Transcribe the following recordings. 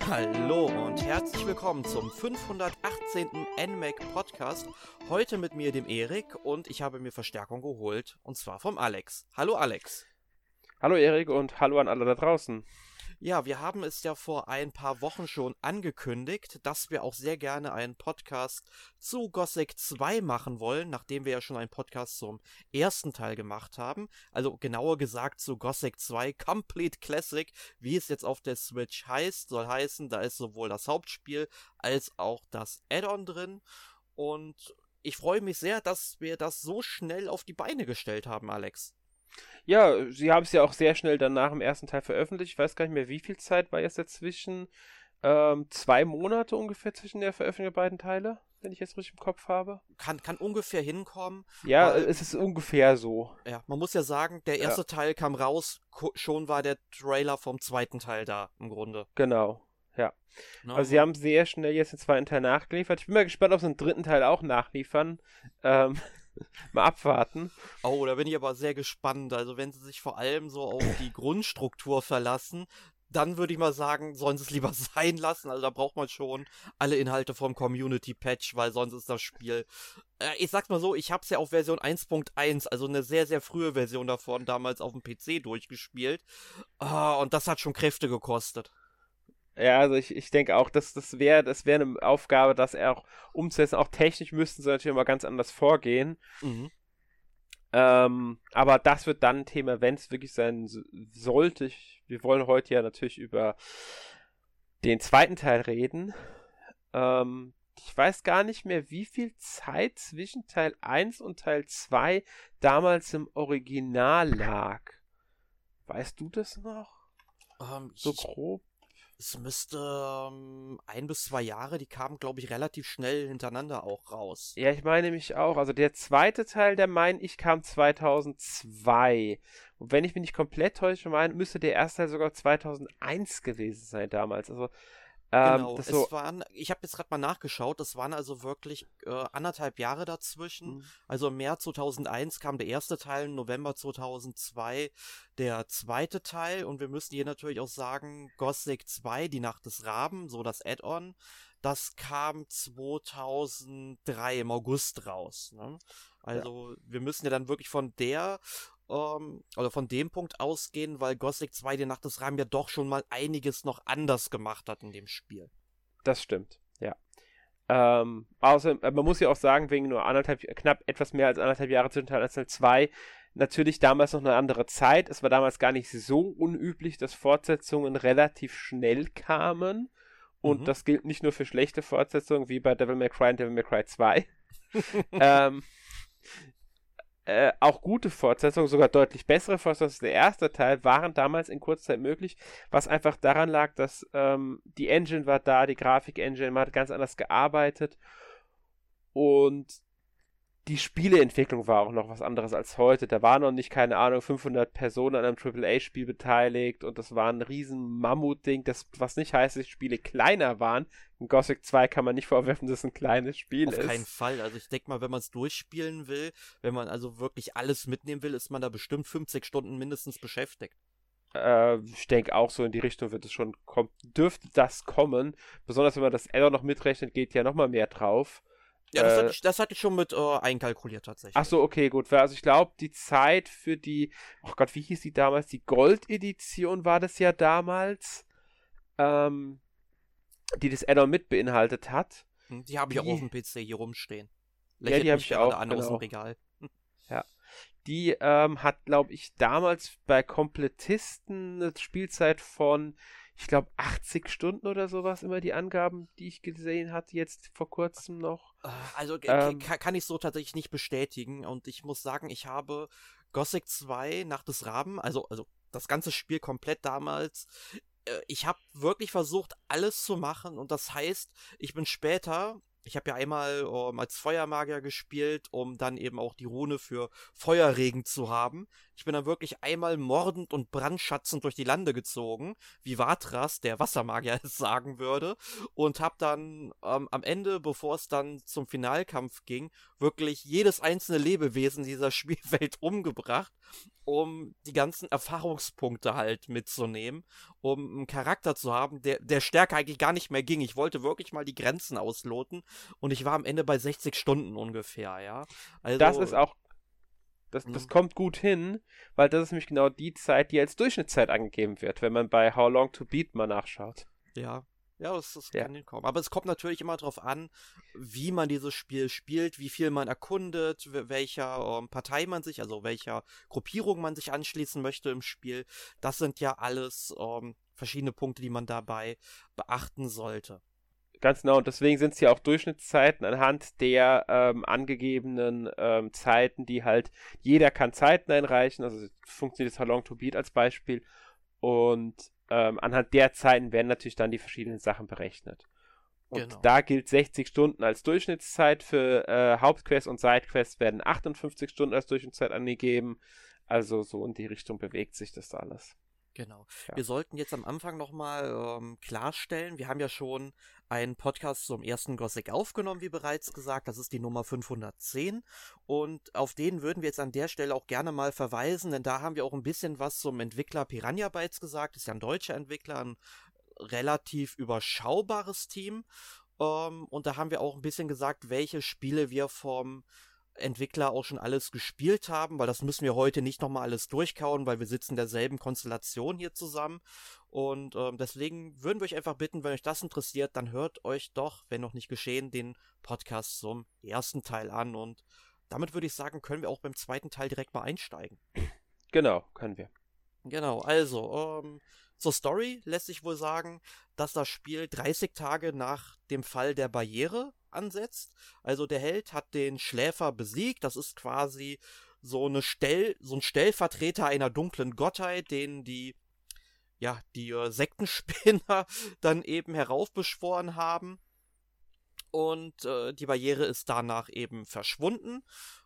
Hallo und herzlich willkommen zum 518. NMAC Podcast. Heute mit mir, dem Erik, und ich habe mir Verstärkung geholt, und zwar vom Alex. Hallo Alex. Hallo Erik und hallo an alle da draußen. Ja, wir haben es ja vor ein paar Wochen schon angekündigt, dass wir auch sehr gerne einen Podcast zu Gothic 2 machen wollen, nachdem wir ja schon einen Podcast zum ersten Teil gemacht haben. Also genauer gesagt zu Gothic 2 Complete Classic, wie es jetzt auf der Switch heißt. Soll heißen, da ist sowohl das Hauptspiel als auch das Add-on drin. Und ich freue mich sehr, dass wir das so schnell auf die Beine gestellt haben, Alex. Ja, sie haben es ja auch sehr schnell dann nach dem ersten Teil veröffentlicht. Ich weiß gar nicht mehr, wie viel Zeit war jetzt dazwischen. 2 Monate ungefähr zwischen der Veröffentlichung der beiden Teile, wenn ich jetzt richtig im Kopf habe. Kann ungefähr hinkommen. Ja, weil, es ist ungefähr so. ja, man muss ja sagen, der erste Ja, Teil kam raus, schon war der Trailer vom zweiten Teil da, im Grunde. genau. Ja. Ne, Also sie haben sehr schnell jetzt den zweiten Teil nachgeliefert. Ich bin mal gespannt, ob sie den dritten Teil auch nachliefern. Ähm, mal abwarten. oh, da bin ich aber sehr gespannt. Also wenn sie sich vor allem so auf die Grundstruktur verlassen, dann würde ich mal sagen, sollen sie es lieber sein lassen. Also da braucht man schon alle Inhalte vom Community-Patch, weil sonst ist das Spiel... ich sag's mal so, ich hab's ja auf Version 1.1, also eine sehr, sehr frühe Version davon, damals auf dem PC durchgespielt. Und das hat schon Kräfte gekostet. Ja, also ich denke auch, das wär eine Aufgabe, das er auch umzusetzen. Auch technisch müssten sie natürlich mal ganz anders vorgehen. Mhm. Aber das wird dann ein Thema, wenn es wirklich sein sollte. Wir wollen heute ja natürlich über den zweiten Teil reden. Ich weiß gar nicht mehr, wie viel Zeit zwischen Teil 1 und Teil 2 damals im Original lag. Weißt du das noch? So grob? Es müsste 1 bis 2 Jahre, die kamen, glaube ich, relativ schnell hintereinander auch raus. Ja, ich meine mich auch. Also der zweite Teil, der meine ich, kam 2002. Und wenn ich mich nicht komplett täusche, müsste der erste Teil sogar 2001 gewesen sein damals. Also, Genau, das so. ich habe jetzt gerade mal nachgeschaut, es waren also wirklich 1,5 Jahre dazwischen. Hm, Also im März 2001 kam der erste Teil, im November 2002 der zweite Teil. Und wir müssen hier natürlich auch sagen, Gothic 2, die Nacht des Raben, so das Add-on, das kam 2003 im August raus. Ne? ja, Also wir müssen ja dann wirklich oder von dem Punkt ausgehen, weil Gothic 2, die Nacht des Raben, ja doch schon mal einiges noch anders gemacht hat in dem Spiel. das stimmt. Ja. Außer, man muss ja auch sagen, wegen nur knapp etwas mehr als 1,5 Jahre zwischen Teil 1 und Teil 2, natürlich damals noch eine andere Zeit. Es war damals gar nicht so unüblich, dass Fortsetzungen relativ schnell kamen. Und Mhm. das gilt nicht nur für schlechte Fortsetzungen, wie bei Devil May Cry und Devil May Cry 2. ähm, auch gute Fortsetzungen, sogar deutlich bessere Fortsetzungen als der erste Teil, waren damals in kurzer Zeit möglich, was einfach daran lag, dass die Engine war da, die Grafik-Engine, man hat ganz anders gearbeitet und die Spieleentwicklung war auch noch was anderes als heute. Da waren noch nicht, keine Ahnung, 500 Personen an einem AAA-Spiel beteiligt und das war ein riesen Mammutding, was nicht heißt, dass die Spiele kleiner waren. In Gothic 2 kann man nicht vorwerfen, dass es ein kleines Spiel Auf keinen ist. Fall. Also ich denke mal, wenn man es durchspielen will, wenn man also wirklich alles mitnehmen will, ist man da bestimmt 50 Stunden mindestens beschäftigt. Ich denke auch so in die Richtung wird es schon dürfte das kommen. Besonders wenn man das Add-on noch mitrechnet, geht ja nochmal mehr drauf. Ja, das hatte ich schon mit einkalkuliert Ach so, tatsächlich. okay, gut. Also ich glaube, die Zeit für oh Gott, wie hieß die damals? Die Gold-Edition war das ja damals, ähm, die das Add-on mit beinhaltet hat. Die habe ich auch auf Die, dem PC hier rumstehen. ja, Lächelt die habe mich ich gerade auch, an aus dem genau. Regal. Ja. Die hat, glaube ich, damals bei Komplettisten eine Spielzeit von, ich glaube, 80 Stunden oder sowas, immer die Angaben, die ich gesehen hatte, jetzt vor kurzem noch. Also kann ich so tatsächlich nicht bestätigen. Und ich muss sagen, ich habe Gothic 2 Nacht des Raben, also das ganze Spiel komplett damals, ich habe wirklich versucht, alles zu machen. Und das heißt, ich habe ja einmal als Feuermagier gespielt, um dann eben auch die Rune für Feuerregen zu haben. Ich bin dann wirklich einmal mordend und brandschatzend durch die Lande gezogen, wie Vatras, der Wassermagier, es sagen würde, und hab dann am Ende, bevor es dann zum Finalkampf ging, wirklich jedes einzelne Lebewesen dieser Spielwelt umgebracht, um die ganzen Erfahrungspunkte halt mitzunehmen, um einen Charakter zu haben, der stärker eigentlich gar nicht mehr ging. Ich wollte wirklich mal die Grenzen ausloten und ich war am Ende bei 60 Stunden ungefähr, ja. Also, Das ist auch, das kommt gut hin, weil das ist nämlich genau die Zeit, die als Durchschnittszeit angegeben wird, wenn man bei How Long to Beat mal nachschaut. ja. Ja, das kann hinkommen. Aber es kommt natürlich immer darauf an, wie man dieses Spiel spielt, wie viel man erkundet, welcher Partei man sich, also welcher Gruppierung man sich anschließen möchte im Spiel. Das sind ja alles verschiedene Punkte, die man dabei beachten sollte. Ganz genau, und deswegen sind es ja auch Durchschnittszeiten anhand der angegebenen Zeiten, die halt, jeder kann Zeiten einreichen, also funktioniert das How Long to Beat als Beispiel, und anhand der Zeiten werden natürlich dann die verschiedenen Sachen berechnet. Und da gilt 60 Stunden als Durchschnittszeit, für Hauptquests und Sidequests werden 58 Stunden als Durchschnittszeit angegeben, also so in die Richtung bewegt sich das alles. Genau. Ja. Wir sollten jetzt am Anfang nochmal klarstellen, wir haben ja schon einen Podcast zum ersten Gothic aufgenommen, wie bereits gesagt, das ist die Nummer 510 und auf den würden wir jetzt an der Stelle auch gerne mal verweisen, denn da haben wir auch ein bisschen was zum Entwickler Piranha Bytes gesagt, das ist ja ein deutscher Entwickler, ein relativ überschaubares Team und da haben wir auch ein bisschen gesagt, welche Spiele wir vom Entwickler auch schon alles gespielt haben, weil das müssen wir heute nicht nochmal alles durchkauen, weil wir sitzen in derselben Konstellation hier zusammen und deswegen würden wir euch einfach bitten, wenn euch das interessiert, dann hört euch doch, wenn noch nicht geschehen, den Podcast zum ersten Teil an und damit würde ich sagen, können wir auch beim zweiten Teil direkt mal einsteigen. Genau, können wir. Genau, also zur Story lässt sich wohl sagen, dass das Spiel 30 Tage nach dem Fall der Barriere ansetzt. Also der Held hat den Schläfer besiegt. Das ist quasi so ein Stellvertreter einer dunklen Gottheit, den die Sektenspinner dann eben heraufbeschworen haben. Und die Barriere ist danach eben verschwunden.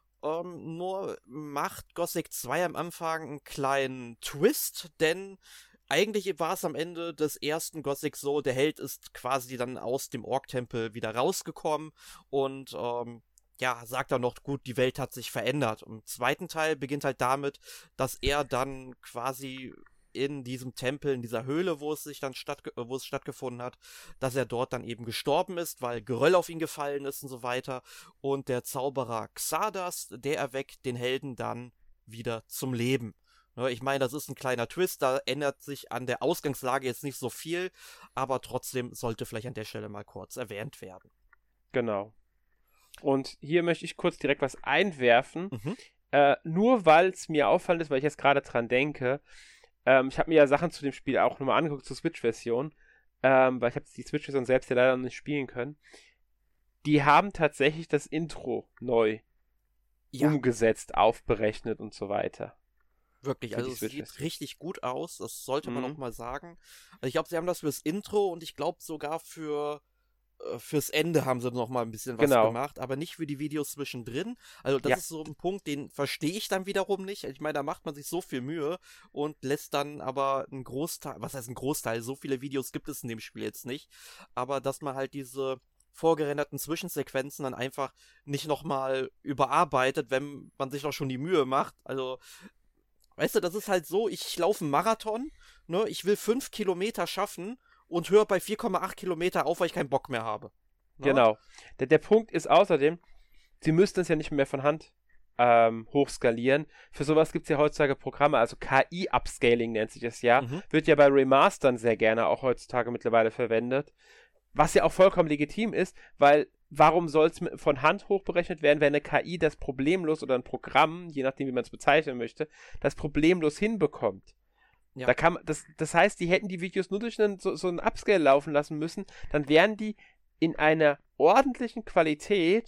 Nur macht Gothic 2 am Anfang einen kleinen Twist, denn eigentlich war es am Ende des ersten Gothic so, der Held ist quasi dann aus dem Ork-Tempel wieder rausgekommen und sagt dann noch, gut, die Welt hat sich verändert. Im zweiten Teil beginnt halt damit, dass er dann quasi in diesem Tempel, in dieser Höhle, wo es stattgefunden hat, dass er dort dann eben gestorben ist, weil Geröll auf ihn gefallen ist und so weiter. Und der Zauberer Xardas, der erweckt den Helden dann wieder zum Leben. Ich meine, das ist ein kleiner Twist, da ändert sich an der Ausgangslage jetzt nicht so viel, aber trotzdem sollte vielleicht an der Stelle mal kurz erwähnt werden. Genau. Und hier möchte ich kurz direkt was einwerfen, nur weil es mir auffallend ist, weil ich jetzt gerade dran denke. Ich habe mir ja Sachen zu dem Spiel auch nochmal angeguckt, zur Switch-Version, weil ich habe die Switch-Version selbst ja leider noch nicht spielen können. Die haben tatsächlich das Intro neu umgesetzt, aufberechnet und so weiter. Wirklich, also es sieht richtig gut aus, das sollte man noch mal sagen. Also ich glaube, sie haben das fürs Intro und ich glaube sogar fürs Ende haben sie noch mal ein bisschen was gemacht, aber nicht für die Videos zwischendrin. Also das ist so ein Punkt, den verstehe ich dann wiederum nicht. Ich meine, da macht man sich so viel Mühe und lässt dann aber einen Großteil, was heißt ein Großteil, so viele Videos gibt es in dem Spiel jetzt nicht, aber dass man halt diese vorgerenderten Zwischensequenzen dann einfach nicht noch mal überarbeitet, wenn man sich doch schon die Mühe macht. Also weißt du, das ist halt so, ich laufe einen Marathon, ne, ich will 5 Kilometer schaffen und höre bei 4,8 Kilometer auf, weil ich keinen Bock mehr habe. Ne? Genau. Der Punkt ist außerdem, sie müssten es ja nicht mehr von Hand hochskalieren. Für sowas gibt es ja heutzutage Programme, also KI-Upscaling nennt sich das ja. Wird ja bei Remastern sehr gerne auch heutzutage mittlerweile verwendet. Was ja auch vollkommen legitim ist, weil warum soll es von Hand hochberechnet werden, wenn eine KI das problemlos oder ein Programm, je nachdem wie man es bezeichnen möchte, das problemlos hinbekommt? Ja. Das heißt, die hätten die Videos nur durch so einen Upscale laufen lassen müssen, dann wären die in einer ordentlichen Qualität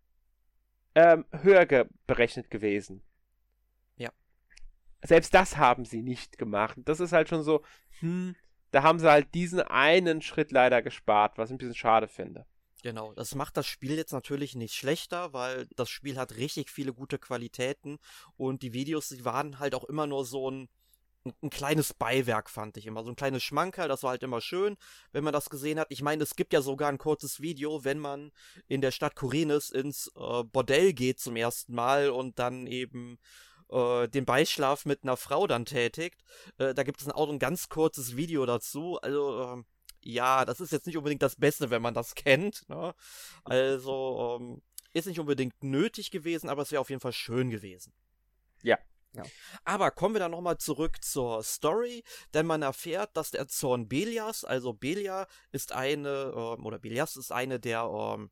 höher berechnet gewesen. Ja. Selbst das haben sie nicht gemacht. Das ist halt schon so, da haben sie halt diesen einen Schritt leider gespart, was ich ein bisschen schade finde. Genau, das macht das Spiel jetzt natürlich nicht schlechter, weil das Spiel hat richtig viele gute Qualitäten und die Videos, die waren halt auch immer nur so ein kleines Beiwerk, fand ich immer. So ein kleines Schmankerl, das war halt immer schön, wenn man das gesehen hat. Ich meine, es gibt ja sogar ein kurzes Video, wenn man in der Stadt Khorinis ins Bordell geht zum ersten Mal und dann eben den Beischlaf mit einer Frau dann tätigt. Da gibt es auch ein ganz kurzes Video dazu. Also, ja, das ist jetzt nicht unbedingt das Beste, wenn man das kennt. Ne? Also, ist nicht unbedingt nötig gewesen, aber es wäre auf jeden Fall schön gewesen. Ja. Ja. Aber kommen wir dann nochmal zurück zur Story, denn man erfährt, dass der Zorn Belias, also Belia ist oder Belias ist eine der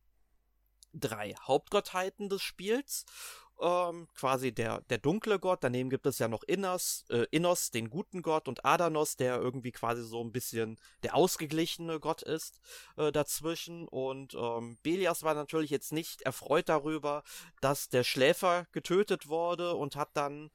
3 Hauptgottheiten des Spiels. Quasi der dunkle Gott, daneben gibt es ja noch Innos, den guten Gott, und Adanos, der irgendwie quasi so ein bisschen der ausgeglichene Gott ist dazwischen. Und Belias war natürlich jetzt nicht erfreut darüber, dass der Schläfer getötet wurde und hat dann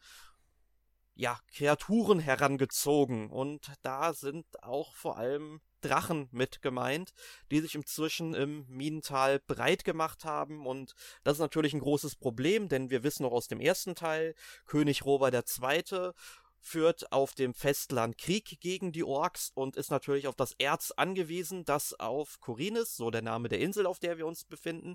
ja Kreaturen herangezogen. Und da sind auch vor allem Drachen mit gemeint, die sich inzwischen im Minental breit gemacht haben, und das ist natürlich ein großes Problem, denn wir wissen noch aus dem ersten Teil, König Robert II. Führt auf dem Festland Krieg gegen die Orks und ist natürlich auf das Erz angewiesen, das auf Khorinis, so der Name der Insel, auf der wir uns befinden,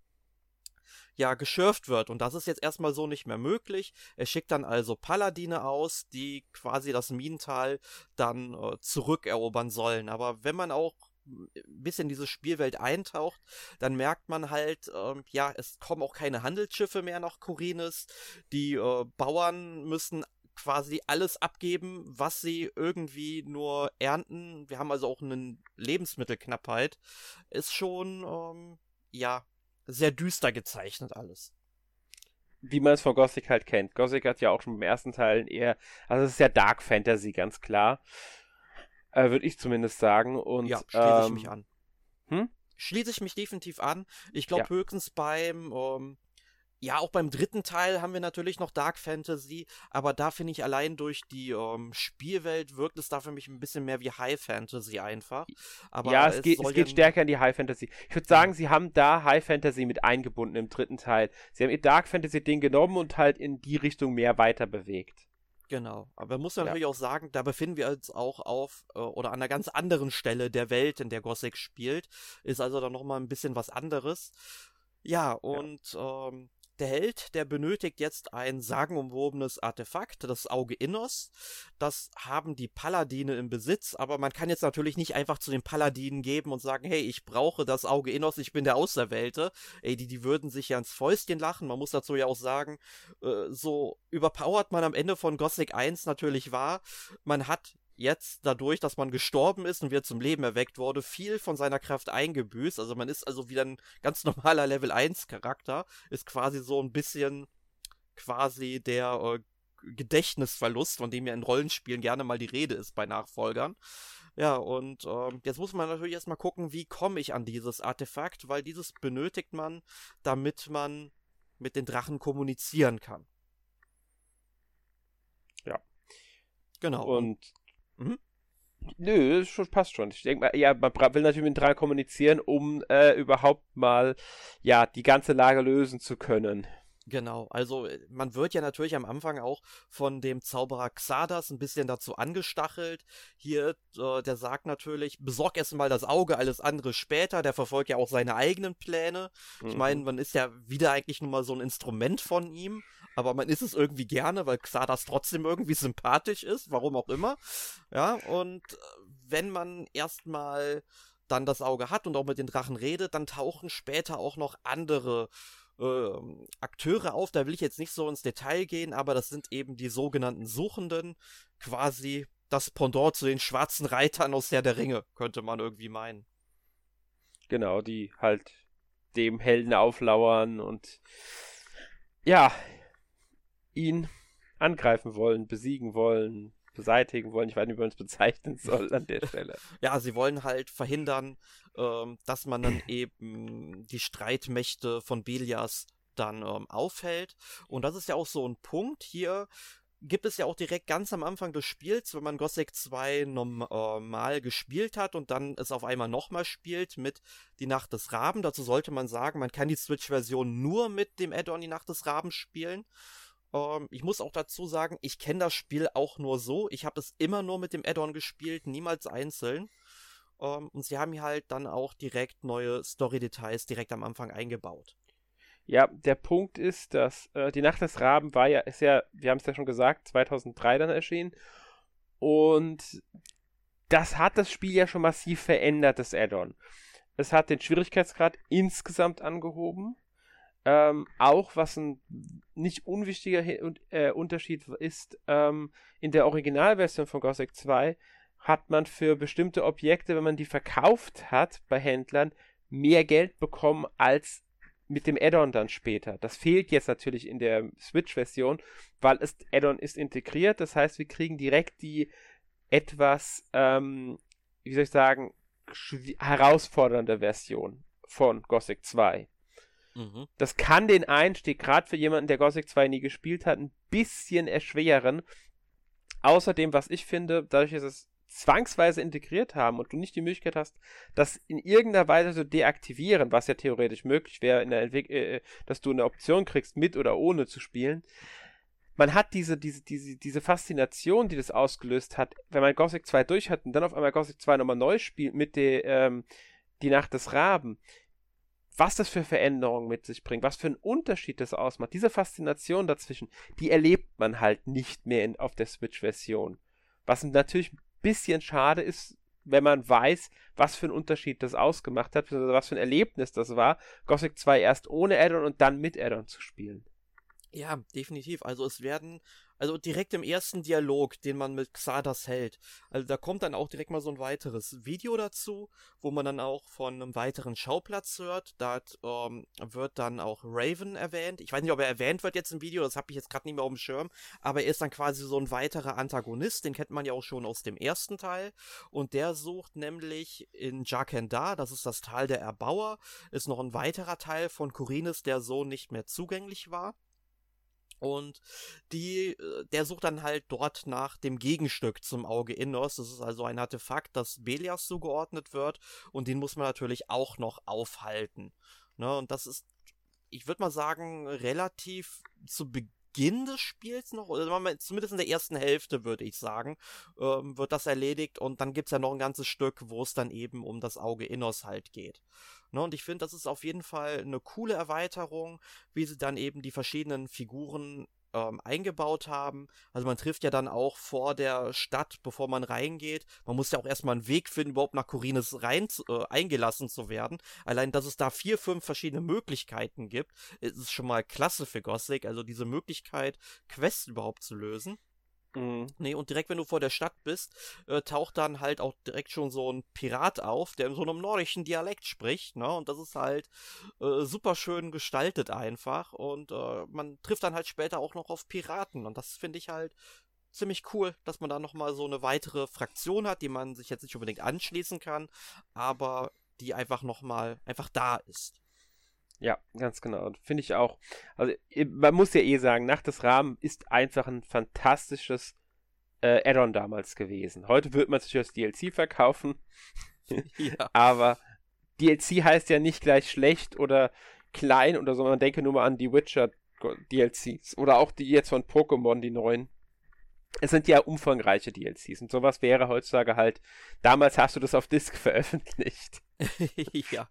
ja, geschürft wird. Und das ist jetzt erstmal so nicht mehr möglich. Er schickt dann also Paladine aus, die quasi das Minental dann zurückerobern sollen. Aber wenn man auch ein bisschen in diese Spielwelt eintaucht, dann merkt man halt, ja, es kommen auch keine Handelsschiffe mehr nach Khorinis. Die Bauern müssen quasi alles abgeben, was sie irgendwie nur ernten. Wir haben also auch eine Lebensmittelknappheit. Ist schon, ja, sehr düster gezeichnet alles. Wie man es von Gothic halt kennt. Gothic hat ja auch schon beim ersten Teil eher, also es ist ja Dark Fantasy, ganz klar. Würde ich zumindest sagen. Und, ja, schließe ich mich an. Hm? Schließe ich mich definitiv an. Ich glaube Ja. höchstens ja, auch beim dritten Teil haben wir natürlich noch Dark Fantasy, aber da finde ich allein durch die Spielwelt wirkt es da für mich ein bisschen mehr wie High Fantasy einfach. Aber ja, es geht stärker in die High Fantasy. Ich würde sagen, sie haben da High Fantasy mit eingebunden im dritten Teil. Sie haben ihr Dark Fantasy Ding genommen und halt in die Richtung mehr weiter bewegt. Genau, aber muss man natürlich auch sagen, da befinden wir uns auch auf oder an einer ganz anderen Stelle der Welt, in der Gothic spielt. Ist also dann nochmal ein bisschen was anderes. Ja, und der Held, der benötigt jetzt ein sagenumwobenes Artefakt, das Auge Innos. Das haben die Paladine im Besitz, aber man kann jetzt natürlich nicht einfach zu den Paladinen geben und sagen, hey, ich brauche das Auge Innos, ich bin der Auserwählte. Ey, die würden sich ja ins Fäustchen lachen. Man muss dazu ja auch sagen, so überpowert man am Ende von Gothic 1 natürlich war. Man hat jetzt dadurch, dass man gestorben ist und wieder zum Leben erweckt wurde, viel von seiner Kraft eingebüßt. Also man ist also wieder ein ganz normaler Level 1 Charakter, ist quasi so ein bisschen quasi der Gedächtnisverlust, von dem ja in Rollenspielen gerne mal die Rede ist bei Nachfolgern. Ja, und jetzt muss man natürlich erstmal gucken, wie komme ich an dieses Artefakt, weil dieses benötigt man, damit man mit den Drachen kommunizieren kann. Ja. Genau. Und nö, das passt schon. Ich denke mal, ja, man will natürlich mit dran kommunizieren, um überhaupt mal ja die ganze Lage lösen zu können. Genau, also man wird ja natürlich am Anfang auch von dem Zauberer Xardas ein bisschen dazu angestachelt. Hier, der sagt natürlich, besorg erst mal das Auge, alles andere später. Der verfolgt ja auch seine eigenen Pläne. Ich meine, man ist ja wieder eigentlich nur mal so ein Instrument von ihm, aber man ist es irgendwie gerne, weil Xardas trotzdem irgendwie sympathisch ist, warum auch immer. Ja, und wenn man erstmal dann das Auge hat und auch mit den Drachen redet, dann tauchen später auch noch andere Akteure auf, da will ich jetzt nicht so ins Detail gehen, aber das sind eben die sogenannten Suchenden, quasi das Pendant zu den schwarzen Reitern aus Herr der Ringe, könnte man irgendwie meinen. Genau, die halt dem Helden auflauern und ja, ihn angreifen wollen, besiegen wollen, beseitigen wollen. Ich weiß nicht, wie man es bezeichnen soll an der Stelle. Ja, sie wollen halt verhindern, dass man dann eben die Streitmächte von Belias dann aufhält. Und das ist ja auch so ein Punkt hier. gibt es ja auch direkt ganz am Anfang des Spiels, wenn man Gothic 2 normal gespielt hat und dann es auf einmal nochmal spielt mit Die Nacht des Raben. Dazu sollte man sagen, man kann die Switch-Version nur mit dem Add-on Die Nacht des Raben spielen. Ich muss auch dazu sagen, ich kenne das Spiel auch nur so. Ich habe es immer nur mit dem Add-on gespielt, niemals einzeln. Und sie haben hier halt dann auch direkt neue Story-Details direkt am Anfang eingebaut. Ja, der Punkt ist, dass Die Nacht des Raben ist ja, wir haben es ja schon gesagt, 2003 dann erschienen. Und das hat das Spiel ja schon massiv verändert, das Add-on. Es hat den Schwierigkeitsgrad insgesamt angehoben. Auch was ein nicht unwichtiger Unterschied ist, in der Originalversion von Gothic 2 hat man für bestimmte Objekte, wenn man die verkauft hat bei Händlern, mehr Geld bekommen als mit dem Add-on dann später. Das fehlt jetzt natürlich in der Switch-Version, weil das Add-on ist integriert. Das heißt, wir kriegen direkt die etwas, wie soll ich sagen, herausfordernde Version von Gothic 2. Mhm. Das kann den Einstieg, gerade für jemanden, der Gothic 2 nie gespielt hat, ein bisschen erschweren. Außerdem, was ich finde, dadurch, dass es zwangsweise integriert haben und du nicht die Möglichkeit hast, das in irgendeiner Weise zu deaktivieren, was ja theoretisch möglich wäre, dass du eine Option kriegst, mit oder ohne zu spielen. Man hat diese Faszination, die das ausgelöst hat, wenn man Gothic 2 durch hat und dann auf einmal Gothic 2 nochmal neu spielt mit Die Nacht des Raben. Was das für Veränderungen mit sich bringt, was für einen Unterschied das ausmacht. Diese Faszination dazwischen, die erlebt man halt nicht mehr auf der Switch-Version. Was natürlich ein bisschen schade ist, wenn man weiß, was für einen Unterschied das ausgemacht hat, was für ein Erlebnis das war, Gothic 2 erst ohne Add-on und dann mit Add-on zu spielen. Ja, definitiv. Also direkt im ersten Dialog, den man mit Xardas hält, also da kommt dann auch direkt mal so ein weiteres Video dazu, wo man dann auch von einem weiteren Schauplatz hört. Da wird dann auch Raven erwähnt. Ich weiß nicht, ob er erwähnt wird jetzt im Video, das habe ich jetzt gerade nicht mehr auf dem Schirm, aber er ist dann quasi so ein weiterer Antagonist, den kennt man ja auch schon aus dem ersten Teil. Und der sucht nämlich in Jakendar, das ist das Tal der Erbauer, ist noch ein weiterer Teil von Khorinis, der so nicht mehr zugänglich war. Und der sucht dann halt dort nach dem Gegenstück zum Auge Innos. Das ist also ein Artefakt, das Belias zugeordnet wird. Und den muss man natürlich auch noch aufhalten. Ne? Und das ist, ich würde mal sagen, relativ zu Beginn des Spiels noch, oder zumindest in der ersten Hälfte, würde ich sagen, wird das erledigt. Und dann gibt es ja noch ein ganzes Stück, wo es dann eben um das Auge Innos halt geht. Ne, und ich finde, das ist auf jeden Fall eine coole Erweiterung, wie sie dann eben die verschiedenen Figuren eingebaut haben. Also man trifft ja dann auch vor der Stadt, bevor man reingeht. Man muss ja auch erstmal einen Weg finden, überhaupt nach Khorinis eingelassen zu werden. Allein, dass es da 4, 5 verschiedene Möglichkeiten gibt, ist schon mal klasse für Gothic. Also diese Möglichkeit, Quests überhaupt zu lösen. Nee, und direkt, wenn du vor der Stadt bist, taucht dann halt auch direkt schon so ein Pirat auf, der in so einem nordischen Dialekt spricht, ne? Und das ist halt super schön gestaltet einfach. Und man trifft dann halt später auch noch auf Piraten. Und das finde ich halt ziemlich cool, dass man da nochmal so eine weitere Fraktion hat, die man sich jetzt nicht unbedingt anschließen kann, aber die einfach einfach da ist. Ja, ganz genau. Finde ich auch. Also, man muss ja sagen, Nacht des Raben ist einfach ein fantastisches Add-on damals gewesen. Heute wird man sich als DLC verkaufen. Ja. Aber DLC heißt ja nicht gleich schlecht oder klein oder so. Man denke nur mal an die Witcher DLCs oder auch die jetzt von Pokémon, die neuen. Es sind ja umfangreiche DLCs und sowas wäre heutzutage halt, damals hast du das auf Disc veröffentlicht. Ja.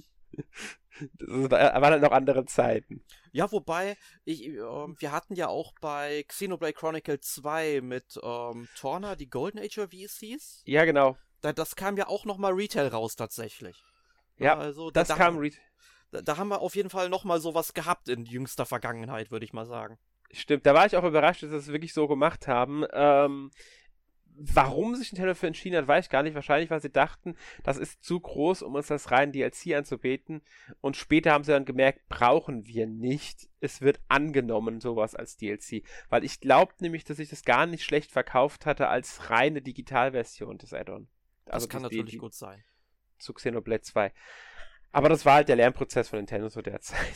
Das waren halt noch andere Zeiten. Ja, wobei, wir hatten ja auch bei Xenoblade Chronicle 2 mit Torna, die Golden Age, oder wie es hieß. Ja, genau. Das kam ja auch nochmal Retail raus, tatsächlich. Ja, also, das kam Retail. Da haben wir auf jeden Fall nochmal sowas gehabt in jüngster Vergangenheit, würde ich mal sagen. Stimmt, da war ich auch überrascht, dass sie das wirklich so gemacht haben. Warum sich Nintendo dafür entschieden hat, weiß ich gar nicht. Wahrscheinlich, weil sie dachten, das ist zu groß, um uns das rein DLC anzubieten. Und später haben sie dann gemerkt, brauchen wir nicht. Es wird angenommen, sowas als DLC. Weil ich glaube nämlich, dass ich das gar nicht schlecht verkauft hatte als reine Digitalversion des Add-on. Also das kann natürlich gut sein. Zu Xenoblade 2. Aber das war halt der Lernprozess von Nintendo zu der Zeit.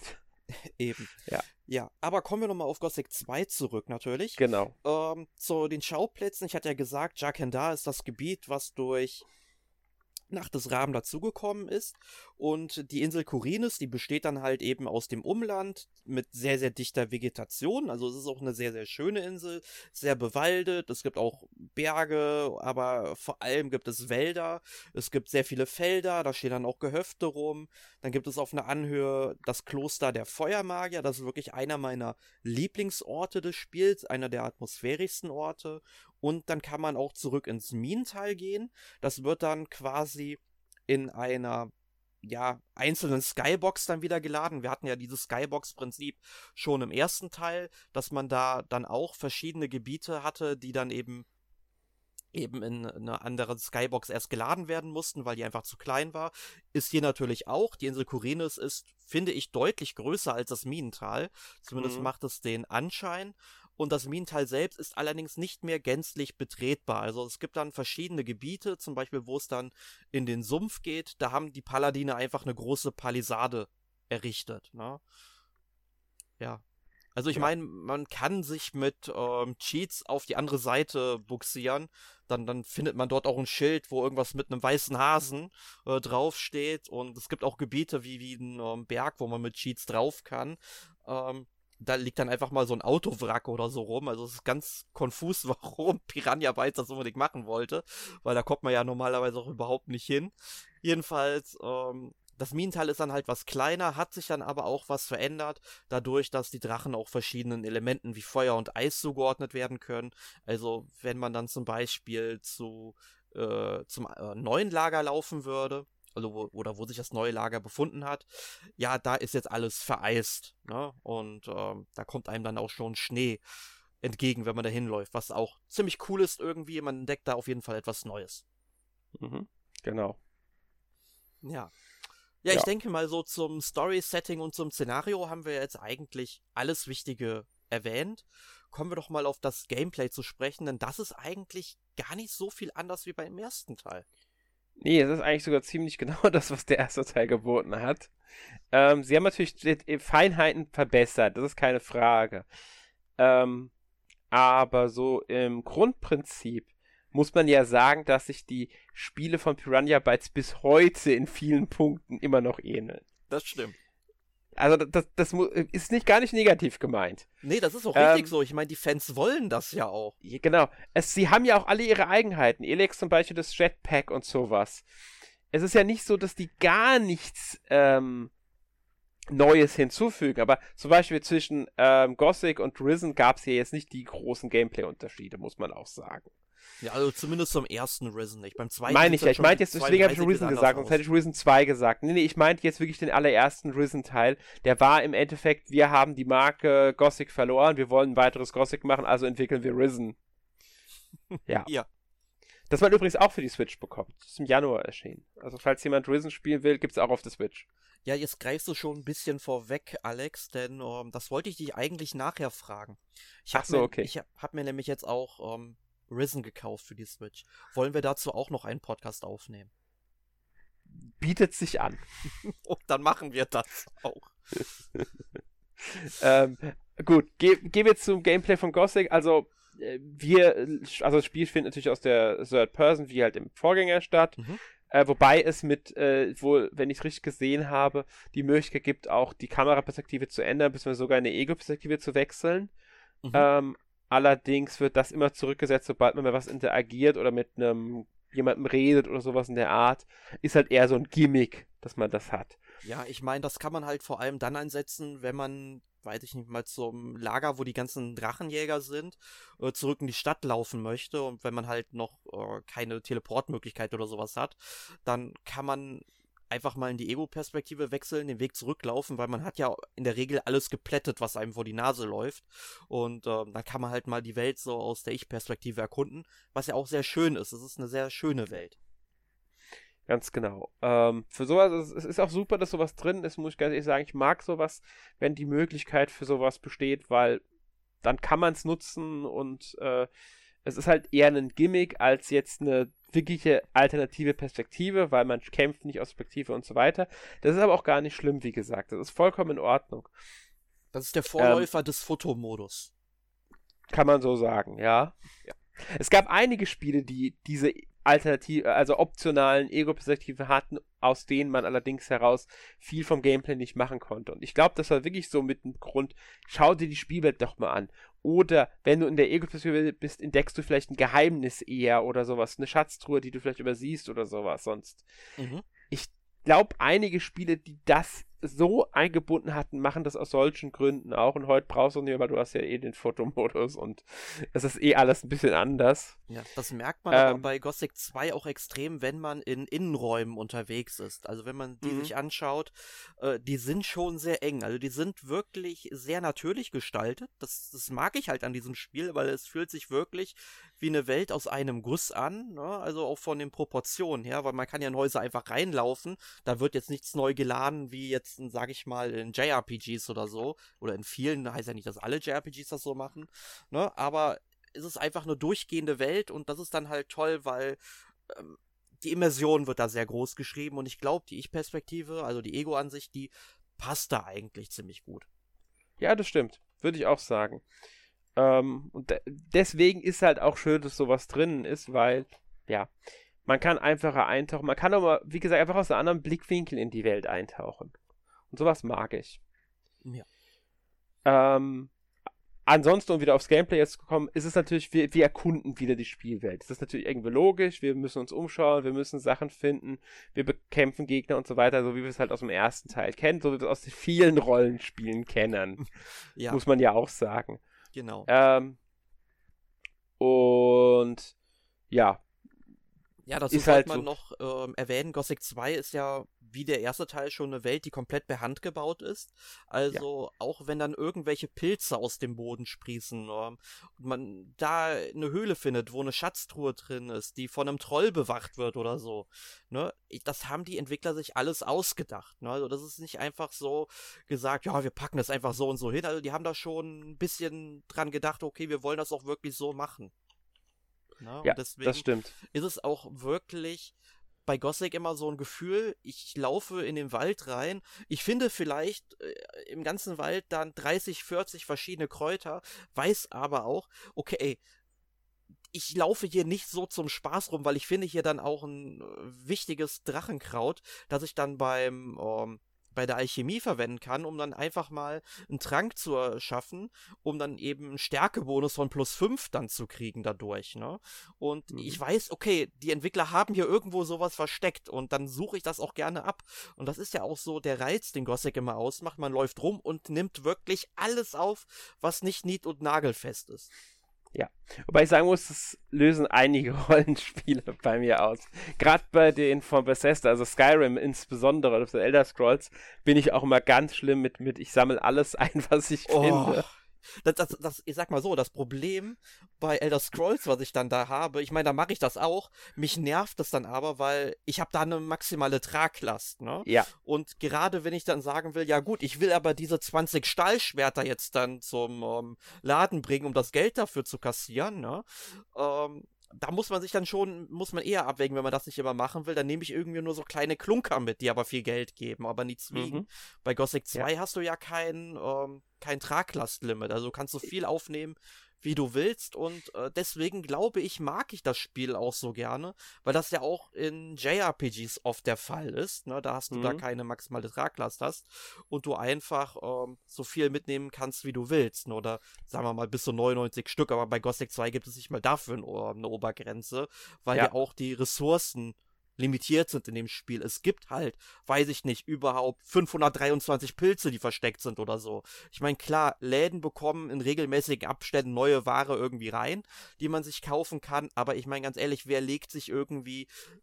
Eben. Ja. Ja, aber kommen wir nochmal auf Gothic 2 zurück, natürlich. Genau. Zu den Schauplätzen, ich hatte ja gesagt, Jakendar ist das Gebiet, was durch Nacht des Raben dazugekommen ist. Und die Insel Khorinis, die besteht dann halt eben aus dem Umland mit sehr, sehr dichter Vegetation. Also es ist auch eine sehr, sehr schöne Insel, sehr bewaldet. Es gibt auch Berge, aber vor allem gibt es Wälder. Es gibt sehr viele Felder, da stehen dann auch Gehöfte rum. Dann gibt es auf einer Anhöhe das Kloster der Feuermagier. Das ist wirklich einer meiner Lieblingsorte des Spiels, einer der atmosphärischsten Orte. Und dann kann man auch zurück ins Minental gehen. Das wird dann quasi in einer einzelnen Skybox dann wieder geladen. Wir hatten ja dieses Skybox-Prinzip schon im ersten Teil, dass man da dann auch verschiedene Gebiete hatte, die dann eben in einer anderen Skybox erst geladen werden mussten, weil die einfach zu klein war. Ist hier natürlich auch. Die Insel Khorinis ist, finde ich, deutlich größer als das Minental. Zumindest macht es den Anschein. Und das Minental selbst ist allerdings nicht mehr gänzlich betretbar. Also es gibt dann verschiedene Gebiete, zum Beispiel, wo es dann in den Sumpf geht. Da haben die Paladine einfach eine große Palisade errichtet. Ne? Ja. Also ich meine, man kann sich mit Cheats auf die andere Seite buxieren. Dann findet man dort auch ein Schild, wo irgendwas mit einem weißen Hasen draufsteht. Und es gibt auch Gebiete wie ein Berg, wo man mit Cheats drauf kann. Da liegt dann einfach mal so ein Autowrack oder so rum. Also es ist ganz konfus, warum Piranha Bytes das unbedingt machen wollte. Weil da kommt man ja normalerweise auch überhaupt nicht hin. Jedenfalls, das Minental ist dann halt was kleiner, hat sich dann aber auch was verändert, dadurch, dass die Drachen auch verschiedenen Elementen wie Feuer und Eis zugeordnet werden können. Also wenn man dann zum Beispiel zum neuen Lager laufen würde, also wo sich das neue Lager befunden hat, ja, da ist jetzt alles vereist, ne? Und da kommt einem dann auch schon Schnee entgegen, wenn man da hinläuft, was auch ziemlich cool ist irgendwie. Man entdeckt da auf jeden Fall etwas Neues. Genau. Ja. Ja, ich denke mal, so zum Story-Setting und zum Szenario haben wir jetzt eigentlich alles Wichtige erwähnt. Kommen wir doch mal auf das Gameplay zu sprechen, denn das ist eigentlich gar nicht so viel anders wie beim ersten Teil. Nee, es ist eigentlich sogar ziemlich genau das, was der erste Teil geboten hat. Sie haben natürlich Feinheiten verbessert, das ist keine Frage. Aber so im Grundprinzip muss man ja sagen, dass sich die Spiele von Piranha Bytes bis heute in vielen Punkten immer noch ähneln. Das stimmt. Also das ist gar nicht negativ gemeint. Nee, das ist auch richtig so. Ich meine, die Fans wollen das ja auch. Genau. Sie haben ja auch alle ihre Eigenheiten. Elex zum Beispiel das Jetpack und sowas. Es ist ja nicht so, dass die gar nichts Neues hinzufügen. Aber zum Beispiel zwischen Gothic und Risen gab es ja jetzt nicht die großen Gameplay-Unterschiede, muss man auch sagen. Ja, also zumindest zum ersten Risen nicht. Beim zweiten meine ich ja. Ich meinte jetzt, deswegen habe ich Risen gesagt, sonst hätte ich Risen 2 gesagt. Nee, ich meinte jetzt wirklich den allerersten Risen-Teil. Der war im Endeffekt, wir haben die Marke Gothic verloren, wir wollen ein weiteres Gothic machen, also entwickeln wir Risen. Ja. Ja. Das man übrigens auch für die Switch bekommt. Das ist im Januar erschienen. Also falls jemand Risen spielen will, gibt es auch auf der Switch. Ja, jetzt greifst du schon ein bisschen vorweg, Alex, denn das wollte ich dich eigentlich nachher fragen. Ich hab mir nämlich jetzt auch Risen gekauft für die Switch. Wollen wir dazu auch noch einen Podcast aufnehmen? Bietet sich an. Und dann machen wir das auch. Gut, gehen wir zum Gameplay von Gothic. Also das Spiel findet natürlich aus der Third Person, wie halt im Vorgänger statt. Wobei es mit, wenn ich es richtig gesehen habe, die Möglichkeit gibt, auch die Kameraperspektive zu ändern, bis sogar in eine Ego-Perspektive zu wechseln. Allerdings wird das immer zurückgesetzt, sobald man mit was interagiert oder mit jemandem redet oder sowas in der Art. Ist halt eher so ein Gimmick, dass man das hat. Ja, ich meine, das kann man halt vor allem dann einsetzen, wenn man, weiß ich nicht, mal zum Lager, wo die ganzen Drachenjäger sind, zurück in die Stadt laufen möchte. Und wenn man halt noch keine Teleportmöglichkeit oder sowas hat, dann kann man einfach mal in die Ego-Perspektive wechseln, den Weg zurücklaufen, weil man hat ja in der Regel alles geplättet, was einem vor die Nase läuft. Und dann kann man halt mal die Welt so aus der Ich-Perspektive erkunden, was ja auch sehr schön ist. Es ist eine sehr schöne Welt. Ganz genau. Für sowas, es ist auch super, dass sowas drin ist, muss ich ganz ehrlich sagen. Ich mag sowas, wenn die Möglichkeit für sowas besteht, weil dann kann man es nutzen und Es ist halt eher ein Gimmick als jetzt eine wirkliche alternative Perspektive, weil man kämpft nicht aus Perspektive und so weiter. Das ist aber auch gar nicht schlimm, wie gesagt. Das ist vollkommen in Ordnung. Das ist der Vorläufer des Fotomodus. Kann man so sagen, ja. Es gab einige Spiele, die diese alternative, also optionalen Ego-Perspektiven hatten, aus denen man allerdings heraus viel vom Gameplay nicht machen konnte. Und ich glaube, das war wirklich so mit dem Grund, schau dir die Spielwelt doch mal an. Oder wenn du in der Ego-Perspektive bist, entdeckst du vielleicht ein Geheimnis eher oder sowas, eine Schatztruhe, die du vielleicht übersiehst oder sowas sonst. Ich glaube, einige Spiele, die das so eingebunden hatten, machen das aus solchen Gründen auch. Und heute brauchst du nicht mehr, weil du hast ja den Fotomodus und es ist alles ein bisschen anders. Ja, das merkt man aber bei Gothic 2 auch extrem, wenn man in Innenräumen unterwegs ist. Also wenn man die sich anschaut, die sind schon sehr eng. Also die sind wirklich sehr natürlich gestaltet. Das mag ich halt an diesem Spiel, weil es fühlt sich wirklich wie eine Welt aus einem Guss an, ne? Also auch von den Proportionen her, weil man kann ja in Häuser einfach reinlaufen. Da wird jetzt nichts neu geladen, wie jetzt, sag ich mal, in JRPGs oder so. Oder in vielen, heißt ja nicht, dass alle JRPGs das so machen, ne? Aber es ist einfach eine durchgehende Welt und das ist dann halt toll, weil die Immersion wird da sehr groß geschrieben und ich glaube, die Ich-Perspektive, also die Ego-Ansicht, die passt da eigentlich ziemlich gut. Ja, das stimmt. Würde ich auch sagen. Und deswegen ist halt auch schön, dass sowas drin ist, weil, ja, man kann einfacher eintauchen. Man kann aber, wie gesagt, einfach aus einem anderen Blickwinkel in die Welt eintauchen. Und sowas mag ich. Ja. Ansonsten, um wieder aufs Gameplay jetzt zu kommen, ist es natürlich, wir erkunden wieder die Spielwelt. Das ist natürlich irgendwie logisch, wir müssen uns umschauen, wir müssen Sachen finden, wir bekämpfen Gegner und so weiter, so wie wir es halt aus dem ersten Teil kennen, so wie wir es aus den vielen Rollenspielen kennen. Ja. Muss man ja auch sagen. Genau. Und ja. Ja, dazu sollte man noch erwähnen, Gothic 2 ist ja wie der erste Teil schon eine Welt, die komplett per Hand gebaut ist. Also auch wenn dann irgendwelche Pilze aus dem Boden sprießen und man da eine Höhle findet, wo eine Schatztruhe drin ist, die von einem Troll bewacht wird oder so, ne? Das haben die Entwickler sich alles ausgedacht, ne? Also das ist nicht einfach so gesagt, ja, wir packen das einfach so und so hin. Also die haben da schon ein bisschen dran gedacht, okay, wir wollen das auch wirklich so machen. Ne? Ja, und deswegen das stimmt. ist es auch wirklich bei Gothic immer so ein Gefühl, ich laufe in den Wald rein, ich finde vielleicht im ganzen Wald dann 30, 40 verschiedene Kräuter, weiß aber auch, okay, ich laufe hier nicht so zum Spaß rum, weil ich finde hier dann auch ein wichtiges Drachenkraut, das ich dann bei der Alchemie verwenden kann, um dann einfach mal einen Trank zu erschaffen, um dann eben einen Stärkebonus von +5 dann zu kriegen dadurch, ne? Und ich weiß, okay, die Entwickler haben hier irgendwo sowas versteckt und dann suche ich das auch gerne ab. Und das ist ja auch so der Reiz, den Gothic immer ausmacht. Man läuft rum und nimmt wirklich alles auf, was nicht nied- und nagelfest ist. Ja, wobei ich sagen muss, das lösen einige Rollenspiele bei mir aus. Gerade bei den von Bethesda, also Skyrim insbesondere, oder für Elder Scrolls, bin ich auch immer ganz schlimm mit ich sammle alles ein, was ich finde. Ich sag mal so, das Problem bei Elder Scrolls, was ich dann da habe, ich meine, da mache ich das auch, mich nervt das dann aber, weil ich habe da eine maximale Traglast, ne? Ja. Und gerade wenn ich dann sagen will, ja gut, ich will aber diese 20 Stahlschwerter jetzt dann zum Laden bringen, um das Geld dafür zu kassieren, ne? Da muss man eher abwägen, wenn man das nicht immer machen will, dann nehme ich irgendwie nur so kleine Klunker mit, die aber viel Geld geben, aber nichts wiegen. Bei Gothic 2 hast du ja kein Traglastlimit, also kannst du viel aufnehmen, wie du willst und deswegen glaube ich, mag ich das Spiel auch so gerne, weil das ja auch in JRPGs oft der Fall ist, ne? Da hast du da keine maximale Traglast hast und du einfach so viel mitnehmen kannst, wie du willst, ne? Oder sagen wir mal bis zu 99 Stück, aber bei Gothic 2 gibt es nicht mal dafür eine Obergrenze, weil ja auch die Ressourcen limitiert sind in dem Spiel. Es gibt halt, weiß ich nicht, überhaupt 523 Pilze, die versteckt sind oder so. Ich meine, klar, Läden bekommen in regelmäßigen Abständen neue Ware irgendwie rein, die man sich kaufen kann, aber ich meine, ganz ehrlich, wer legt sich irgendwie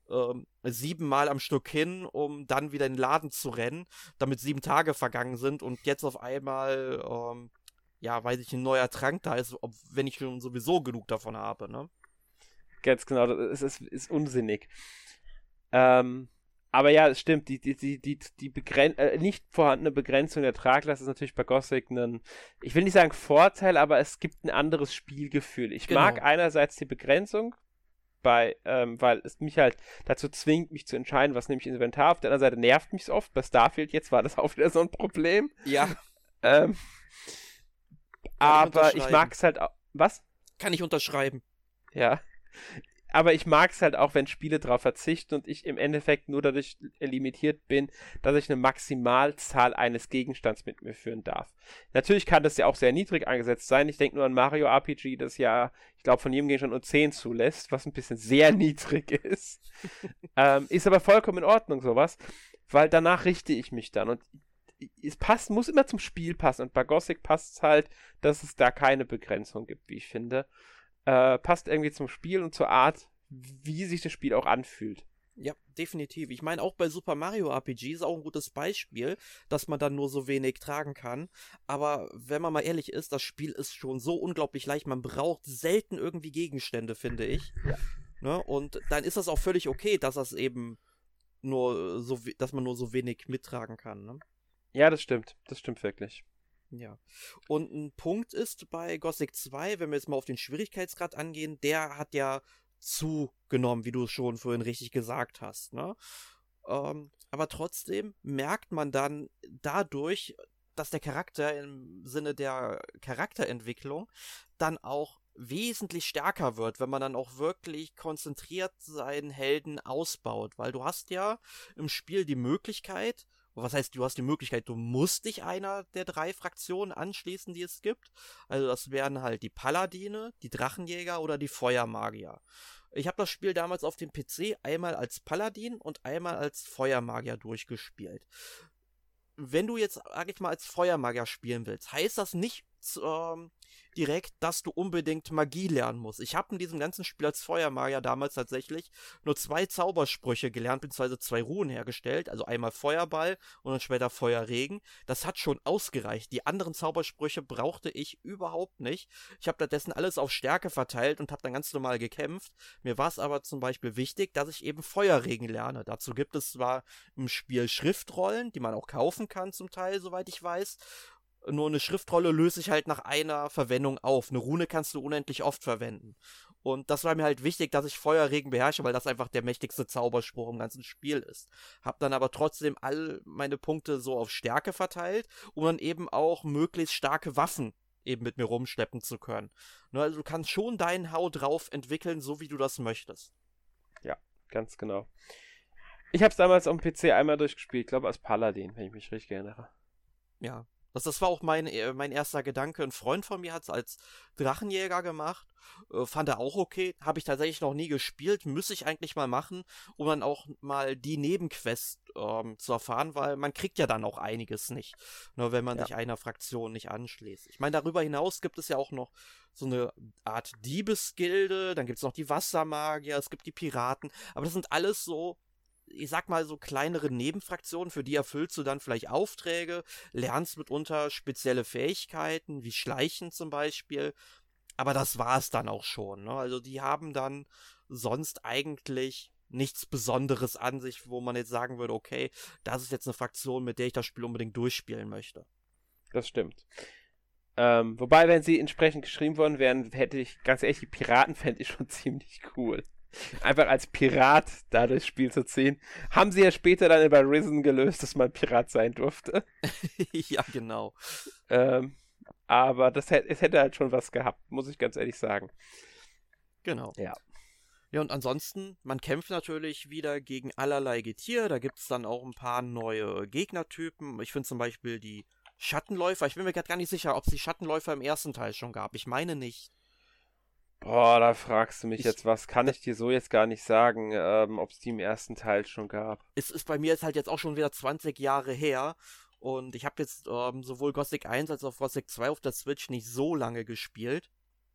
7 Mal am Stück hin, um dann wieder in den Laden zu rennen, damit 7 Tage vergangen sind und jetzt auf einmal, weiß ich, ein neuer Trank da ist, wenn ich schon sowieso genug davon habe, ne? Ganz genau, das ist unsinnig. Aber ja, es stimmt, die nicht vorhandene Begrenzung der Traglast ist natürlich bei Gothic ich will nicht sagen Vorteil, aber es gibt ein anderes Spielgefühl. Ich mag einerseits die Begrenzung, weil es mich halt dazu zwingt, mich zu entscheiden, was nehme ich ins Inventar. Auf der anderen Seite nervt mich es oft. Bei Starfield jetzt war das auch wieder so ein Problem. Ja. Aber ich mag es halt auch. Was? Kann ich unterschreiben. Ja. Aber ich mag es halt auch, wenn Spiele darauf verzichten und ich im Endeffekt nur dadurch limitiert bin, dass ich eine Maximalzahl eines Gegenstands mit mir führen darf. Natürlich kann das ja auch sehr niedrig angesetzt sein. Ich denke nur an Mario RPG, das ja, ich glaube, von jedem Gegenstand nur 10 zulässt, was ein bisschen sehr niedrig ist. Ist aber vollkommen in Ordnung, sowas, weil danach richte ich mich dann und es muss immer zum Spiel passen und bei Gothic passt es halt, dass es da keine Begrenzung gibt, wie ich finde. Passt irgendwie zum Spiel und zur Art, wie sich das Spiel auch anfühlt. Ja, definitiv. Ich meine, auch bei Super Mario RPG ist auch ein gutes Beispiel, dass man dann nur so wenig tragen kann. Aber wenn man mal ehrlich ist, das Spiel ist schon so unglaublich leicht. Man braucht selten irgendwie Gegenstände, finde ich. Ja. Ne? Und dann ist das auch völlig okay, dass das eben dass man nur so wenig mittragen kann. Ne? Ja, das stimmt. Das stimmt wirklich. Ja. Und ein Punkt ist bei Gothic 2, wenn wir jetzt mal auf den Schwierigkeitsgrad angehen, der hat ja zugenommen, wie du es schon vorhin richtig gesagt hast, ne? Aber trotzdem merkt man dann dadurch, dass der Charakter im Sinne der Charakterentwicklung dann auch wesentlich stärker wird, wenn man dann auch wirklich konzentriert seinen Helden ausbaut, weil du hast ja im Spiel die Möglichkeit, was heißt, du hast die Möglichkeit, du musst dich einer der 3 Fraktionen anschließen, die es gibt. Also das wären halt die Paladine, die Drachenjäger oder die Feuermagier. Ich habe das Spiel damals auf dem PC einmal als Paladin und einmal als Feuermagier durchgespielt. Wenn du jetzt, sag ich mal, als Feuermagier spielen willst, heißt das nicht direkt, dass du unbedingt Magie lernen musst. Ich habe in diesem ganzen Spiel als Feuermagier damals tatsächlich nur 2 Zaubersprüche gelernt, beziehungsweise 2 Ruhen hergestellt, also einmal Feuerball und dann später Feuerregen. Das hat schon ausgereicht. Die anderen Zaubersprüche brauchte ich überhaupt nicht. Ich habe stattdessen alles auf Stärke verteilt und habe dann ganz normal gekämpft. Mir war es aber zum Beispiel wichtig, dass ich eben Feuerregen lerne. Dazu gibt es zwar im Spiel Schriftrollen, die man auch kaufen kann zum Teil, soweit ich weiß. Nur eine Schriftrolle löse ich halt nach einer Verwendung auf. Eine Rune kannst du unendlich oft verwenden. Und das war mir halt wichtig, dass ich Feuerregen beherrsche, weil das einfach der mächtigste Zauberspruch im ganzen Spiel ist. Hab dann aber trotzdem all meine Punkte so auf Stärke verteilt, um dann eben auch möglichst starke Waffen eben mit mir rumschleppen zu können. Ne, also du kannst schon deinen Hau drauf entwickeln, so wie du das möchtest. Ja, ganz genau. Ich habe es damals am PC einmal durchgespielt, ich glaube als Paladin, wenn ich mich richtig erinnere. Ja. Das war auch mein erster Gedanke. Ein Freund von mir hat es als Drachenjäger gemacht. Fand er auch okay. Habe ich tatsächlich noch nie gespielt. Müsste ich eigentlich mal machen, um dann auch mal die Nebenquest zu erfahren, weil man kriegt ja dann auch einiges nicht, nur wenn man sich einer Fraktion nicht anschließt. Ich meine, darüber hinaus gibt es ja auch noch so eine Art Diebesgilde, dann gibt es noch die Wassermagier, es gibt die Piraten, aber das sind alles so, ich sag mal, so kleinere Nebenfraktionen, für die erfüllst du dann vielleicht Aufträge, lernst mitunter spezielle Fähigkeiten, wie Schleichen zum Beispiel, aber das war's dann auch schon, ne? Also die haben dann sonst eigentlich nichts Besonderes an sich, wo man jetzt sagen würde, okay, das ist jetzt eine Fraktion, mit der ich das Spiel unbedingt durchspielen möchte. Das stimmt. Wobei, wenn sie entsprechend geschrieben worden wären, hätte ich, ganz ehrlich, die Piraten fände ich schon ziemlich cool. Einfach als Pirat da durchs Spiel zu ziehen. Haben sie ja später dann bei Risen gelöst, dass man Pirat sein durfte. Ja, genau. Aber es hätte halt schon was gehabt, muss ich ganz ehrlich sagen. Genau. Ja. Ja, und ansonsten, man kämpft natürlich wieder gegen allerlei Getier. Da gibt es dann auch ein paar neue Gegnertypen. Ich finde zum Beispiel die Schattenläufer. Ich bin mir gerade gar nicht sicher, ob es die Schattenläufer im ersten Teil schon gab. Ich meine nicht. Boah, da fragst du mich jetzt was. Kann ich dir so jetzt gar nicht sagen, ob es die im ersten Teil schon gab. Es ist bei mir jetzt halt jetzt auch schon wieder 20 Jahre her. Und ich habe jetzt sowohl Gothic 1 als auch Gothic 2 auf der Switch nicht so lange gespielt.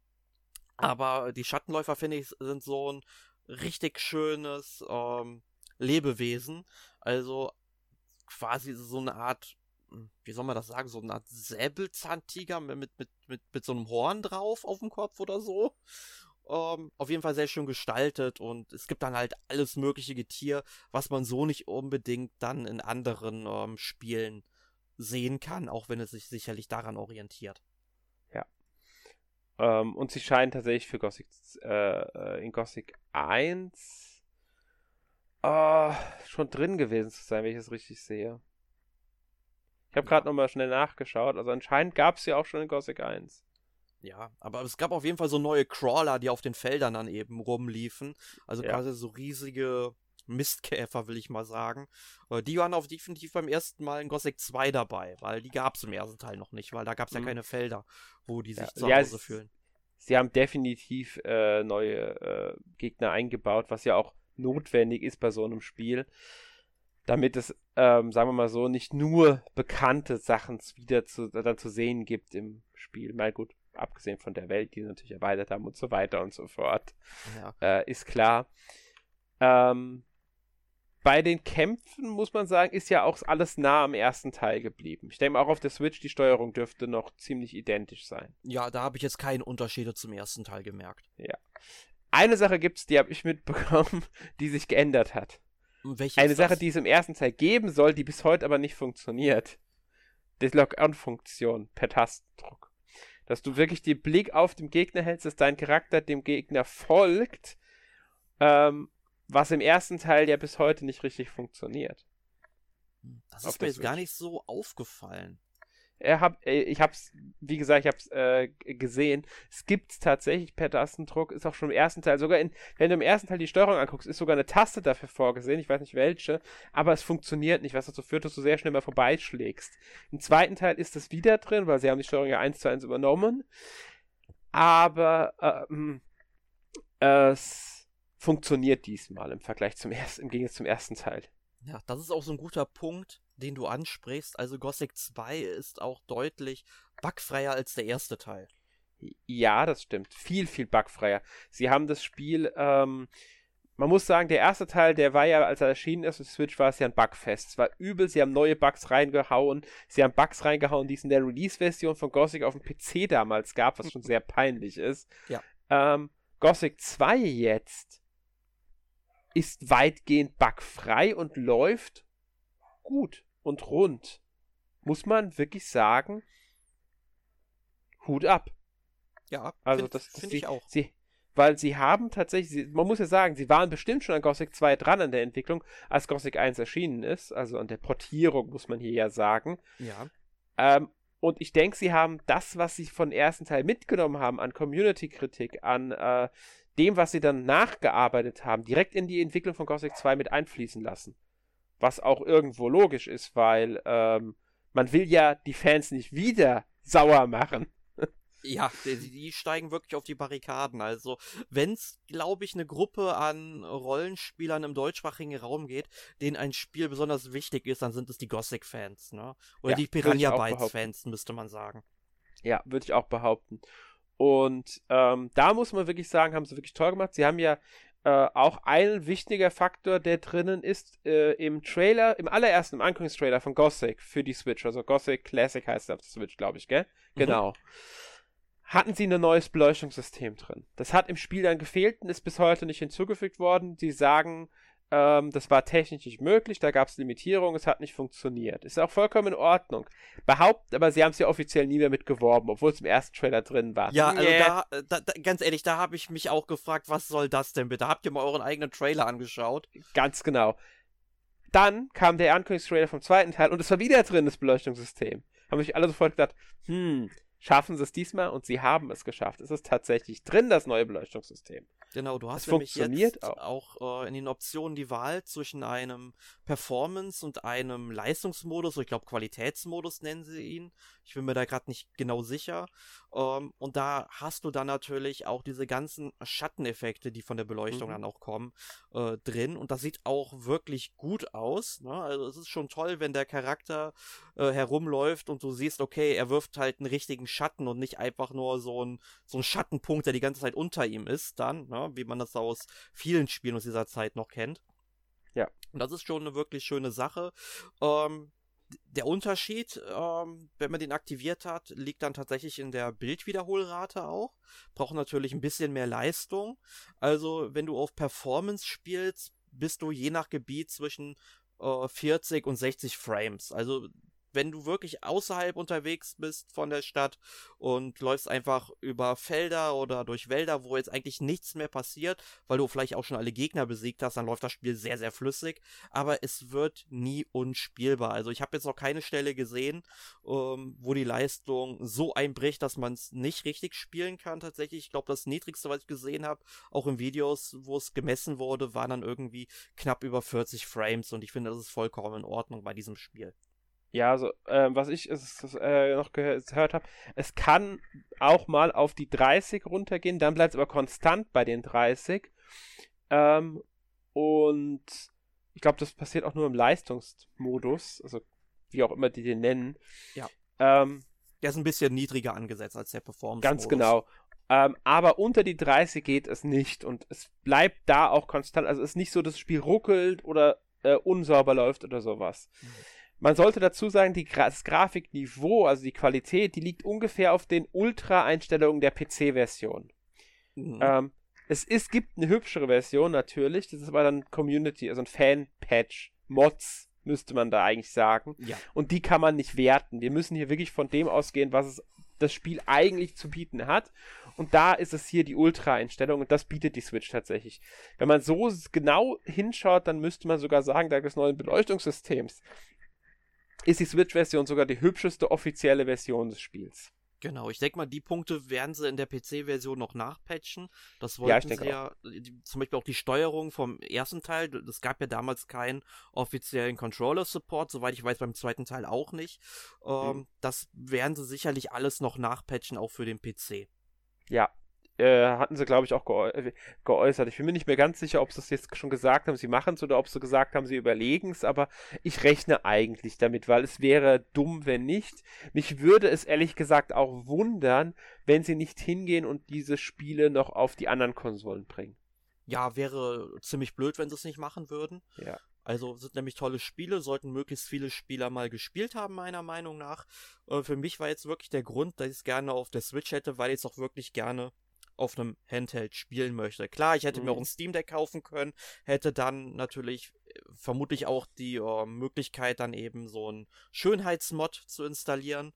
Aber die Schattenläufer, finde ich, sind so ein richtig schönes Lebewesen. Also quasi so eine Art, wie soll man das sagen, so eine Art Säbelzahntiger mit so einem Horn drauf auf dem Kopf oder so. auf jeden Fall sehr schön gestaltet und es gibt dann halt alles mögliche Getier, was man so nicht unbedingt dann in anderen Spielen sehen kann, auch wenn es sich sicherlich daran orientiert. Ja. Und sie scheinen tatsächlich für Gothic in Gothic 1 schon drin gewesen zu sein, wenn ich es richtig sehe. Ich habe gerade nochmal schnell nachgeschaut. Also anscheinend gab es ja auch schon in Gothic 1. Ja, aber es gab auf jeden Fall so neue Crawler, die auf den Feldern dann eben rumliefen. Also Ja. quasi so riesige Mistkäfer, will ich mal sagen. Die waren auch definitiv beim ersten Mal in Gothic 2 dabei, weil die gab es im ersten Teil noch nicht, weil da gab es ja keine Felder, wo die sich zu Hause fühlen. Sie haben definitiv neue Gegner eingebaut, was ja auch notwendig ist bei so einem Spiel, damit es, sagen wir mal so, nicht nur bekannte Sachen dann zu sehen gibt im Spiel. Mal gut, abgesehen von der Welt, die sie natürlich erweitert haben und so weiter und so fort. Ja. Ist klar. Bei den Kämpfen, muss man sagen, ist ja auch alles nah am ersten Teil geblieben. Ich denke mal, auch auf der Switch, die Steuerung dürfte noch ziemlich identisch sein. Ja, da habe ich jetzt keine Unterschiede zum ersten Teil gemerkt. Ja. Eine Sache gibt's, die habe ich mitbekommen, die sich geändert hat. Welche Eine ist Sache, das? die es im ersten Teil geben soll, die bis heute aber nicht funktioniert. Die Lock-on-Funktion per Tastendruck. Dass du wirklich den Blick auf den Gegner hältst, dass dein Charakter dem Gegner folgt, was im ersten Teil ja bis heute nicht richtig funktioniert. Das ist mir jetzt gar nicht so aufgefallen. Ich hab's, wie gesagt, gesehen. Es gibt's tatsächlich per Tastendruck, ist auch schon im ersten Teil. Wenn du im ersten Teil die Steuerung anguckst, ist sogar eine Taste dafür vorgesehen. Ich weiß nicht welche, aber es funktioniert nicht, was dazu führt, dass du sehr schnell mal vorbeischlägst. Im zweiten Teil ist es wieder drin, weil sie haben die Steuerung ja 1:1 übernommen. Aber es funktioniert diesmal im Gegensatz zum ersten Teil. Ja, das ist auch so ein guter Punkt, den du ansprichst. Also Gothic 2 ist auch deutlich bugfreier als der erste Teil. Ja, das stimmt. Viel, viel bugfreier. Sie haben das Spiel, man muss sagen, der erste Teil, der war ja, als er erschienen ist, auf Switch war es ja ein Bugfest. Es war übel, sie haben neue Bugs reingehauen. Sie haben Bugs reingehauen, die es in der Release-Version von Gothic auf dem PC damals gab, was schon sehr peinlich ist. Ja. Gothic 2 jetzt ist weitgehend bugfrei und läuft gut und rund. Muss man wirklich sagen, Hut ab. Ja, also finde ich auch. Weil sie haben tatsächlich, man muss ja sagen, sie waren bestimmt schon an Gothic 2 dran an der Entwicklung, als Gothic 1 erschienen ist, also an der Portierung, muss man hier ja sagen. Ja. Und ich denke, sie haben das, was sie von ersten Teil mitgenommen haben, an Community-Kritik, an dem, was sie dann nachgearbeitet haben, direkt in die Entwicklung von Gothic 2 mit einfließen lassen. Was auch irgendwo logisch ist, weil man will ja die Fans nicht wieder sauer machen. Ja, die steigen wirklich auf die Barrikaden. Also, wenn es, glaube ich, eine Gruppe an Rollenspielern im deutschsprachigen Raum geht, denen ein Spiel besonders wichtig ist, dann sind es die Gothic-Fans, ne? Oder Ja, die Piranha Bytes-Fans, müsste man sagen. Ja, würde ich auch behaupten. Und da muss man wirklich sagen, haben sie wirklich toll gemacht. Sie haben ja auch ein wichtiger Faktor, der drinnen ist, im Trailer, im Ankündigungstrailer von Gothic für die Switch, also Gothic Classic heißt es auf der Switch, glaube ich, gell? Genau. Hatten sie ein neues Beleuchtungssystem drin. Das hat im Spiel dann gefehlt und ist bis heute nicht hinzugefügt worden. Sie sagen, das war technisch nicht möglich, da gab es Limitierungen, es hat nicht funktioniert. Ist auch vollkommen in Ordnung. Behaupten, aber sie haben es ja offiziell nie mehr mit geworben, obwohl es im ersten Trailer drin war. Ja, also ganz ehrlich, da habe ich mich auch gefragt, was soll das denn bitte? Habt ihr mal euren eigenen Trailer angeschaut? Ganz genau. Dann kam der Ankündigungstrailer vom zweiten Teil und es war wieder drin, das Beleuchtungssystem. Haben sich alle sofort gedacht, schaffen sie es diesmal? Und sie haben es geschafft. Es ist tatsächlich drin, das neue Beleuchtungssystem. Genau, du hast nämlich jetzt auch in den Optionen die Wahl zwischen einem Performance- und einem Leistungsmodus, ich glaube Qualitätsmodus nennen sie ihn. Ich bin mir da gerade nicht genau sicher. Und da hast du dann natürlich auch diese ganzen Schatteneffekte, die von der Beleuchtung dann auch kommen, drin. Und das sieht auch wirklich gut aus. Ne? Also es ist schon toll, wenn der Charakter herumläuft und du siehst, okay, er wirft halt einen richtigen Schatten und nicht einfach nur so ein Schattenpunkt, der die ganze Zeit unter ihm ist dann, ne? Wie man das aus vielen Spielen aus dieser Zeit noch kennt. Ja. Und das ist schon eine wirklich schöne Sache. Der Unterschied, wenn man den aktiviert hat, liegt dann tatsächlich in der Bildwiederholrate auch. Braucht natürlich ein bisschen mehr Leistung. Also, wenn du auf Performance spielst, bist du je nach Gebiet zwischen 40 und 60 Frames. Also, wenn du wirklich außerhalb unterwegs bist von der Stadt und läufst einfach über Felder oder durch Wälder, wo jetzt eigentlich nichts mehr passiert, weil du vielleicht auch schon alle Gegner besiegt hast, dann läuft das Spiel sehr, sehr flüssig, aber es wird nie unspielbar. Also ich habe jetzt noch keine Stelle gesehen, wo die Leistung so einbricht, dass man es nicht richtig spielen kann tatsächlich. Ich glaube, das Niedrigste, was ich gesehen habe, auch in Videos, wo es gemessen wurde, waren dann irgendwie knapp über 40 Frames und ich finde, das ist vollkommen in Ordnung bei diesem Spiel. Ja, also, was ich noch gehört habe, es kann auch mal auf die 30 runtergehen, dann bleibt es aber konstant bei den 30. Und ich glaube, das passiert auch nur im Leistungsmodus, also wie auch immer die den nennen. Ja. Der ist ein bisschen niedriger angesetzt als der Performance-Modus. Ganz genau. Aber unter die 30 geht es nicht und es bleibt da auch konstant. Also es ist nicht so, dass das Spiel ruckelt oder unsauber läuft oder sowas. Man sollte dazu sagen, das Grafikniveau, also die Qualität, die liegt ungefähr auf den Ultra-Einstellungen der PC-Version. Es gibt eine hübschere Version natürlich, das ist aber dann Community, also ein Fan-Patch, Mods müsste man da eigentlich sagen. Ja. Und die kann man nicht werten. Wir müssen hier wirklich von dem ausgehen, was das Spiel eigentlich zu bieten hat. Und da ist es hier die Ultra-Einstellung und das bietet die Switch tatsächlich. Wenn man so genau hinschaut, dann müsste man sogar sagen, dank des neuen Beleuchtungssystems ist die Switch-Version sogar die hübscheste offizielle Version des Spiels. Genau, ich denke mal, die Punkte werden sie in der PC-Version noch nachpatchen. Das wollten sie ja, zum Beispiel auch die Steuerung vom ersten Teil, es gab ja damals keinen offiziellen Controller-Support, soweit ich weiß, beim zweiten Teil auch nicht. Das werden sie sicherlich alles noch nachpatchen, auch für den PC. Ja, hatten sie, glaube ich, auch geäußert. Ich bin mir nicht mehr ganz sicher, ob sie es jetzt schon gesagt haben, sie machen es, oder ob sie gesagt haben, sie überlegen es, aber ich rechne eigentlich damit, weil es wäre dumm, wenn nicht. Mich würde es ehrlich gesagt auch wundern, wenn sie nicht hingehen und diese Spiele noch auf die anderen Konsolen bringen. Ja, wäre ziemlich blöd, wenn sie es nicht machen würden. Ja. Also sind nämlich tolle Spiele, sollten möglichst viele Spieler mal gespielt haben, meiner Meinung nach. Für mich war jetzt wirklich der Grund, dass ich es gerne auf der Switch hätte, weil ich es auch wirklich gerne auf einem Handheld spielen möchte. Klar, ich hätte mir auch ein Steam Deck kaufen können, hätte dann natürlich vermutlich auch die Möglichkeit, dann eben so einen Schönheitsmod zu installieren.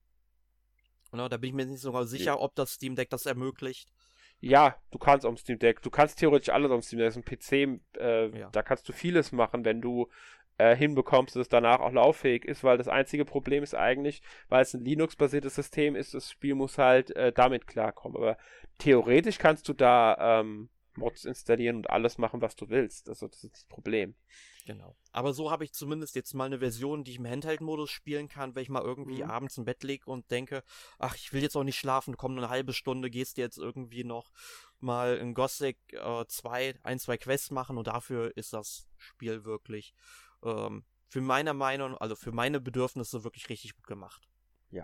Da bin ich mir nicht sogar sicher, ob das Steam Deck das ermöglicht. Ja, du kannst auf dem Steam Deck, du kannst theoretisch alles auf dem Steam Deck, das ist ein PC, da kannst du vieles machen, wenn du hinbekommst, dass es danach auch lauffähig ist, weil das einzige Problem ist eigentlich, weil es ein Linux-basiertes System ist, das Spiel muss halt damit klarkommen. Aber theoretisch kannst du da Mods installieren und alles machen, was du willst. Also das ist das Problem. Genau. Aber so habe ich zumindest jetzt mal eine Version, die ich im Handheld-Modus spielen kann, wenn ich mal irgendwie abends im Bett liege und denke, ach, ich will jetzt auch nicht schlafen, komm, eine halbe Stunde, gehst du jetzt irgendwie noch mal in Gothic 2, 2 Quests machen und dafür ist das Spiel wirklich für meine Meinung, also für meine Bedürfnisse wirklich richtig gut gemacht. Ja.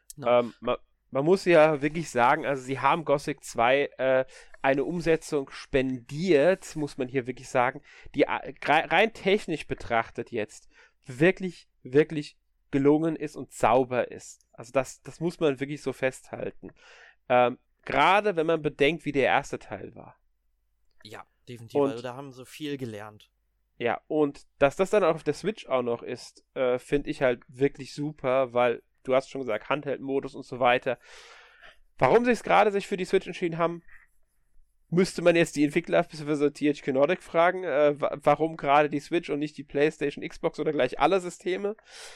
Man muss ja wirklich sagen, also sie haben Gothic 2 eine Umsetzung spendiert, muss man hier wirklich sagen, die rein technisch betrachtet jetzt wirklich, wirklich gelungen ist und sauber ist. Also das muss man wirklich so festhalten. Gerade wenn man bedenkt, wie der erste Teil war. Ja, definitiv, also da haben sie viel gelernt. Ja, und dass das dann auch auf der Switch auch noch ist, finde ich halt wirklich super, weil du hast schon gesagt, Handheld-Modus und so weiter. Warum sie es gerade sich für die Switch entschieden haben, müsste man jetzt die Entwickler bzw. THQ Nordic fragen, warum gerade die Switch und nicht die PlayStation, Xbox oder gleich alle Systeme.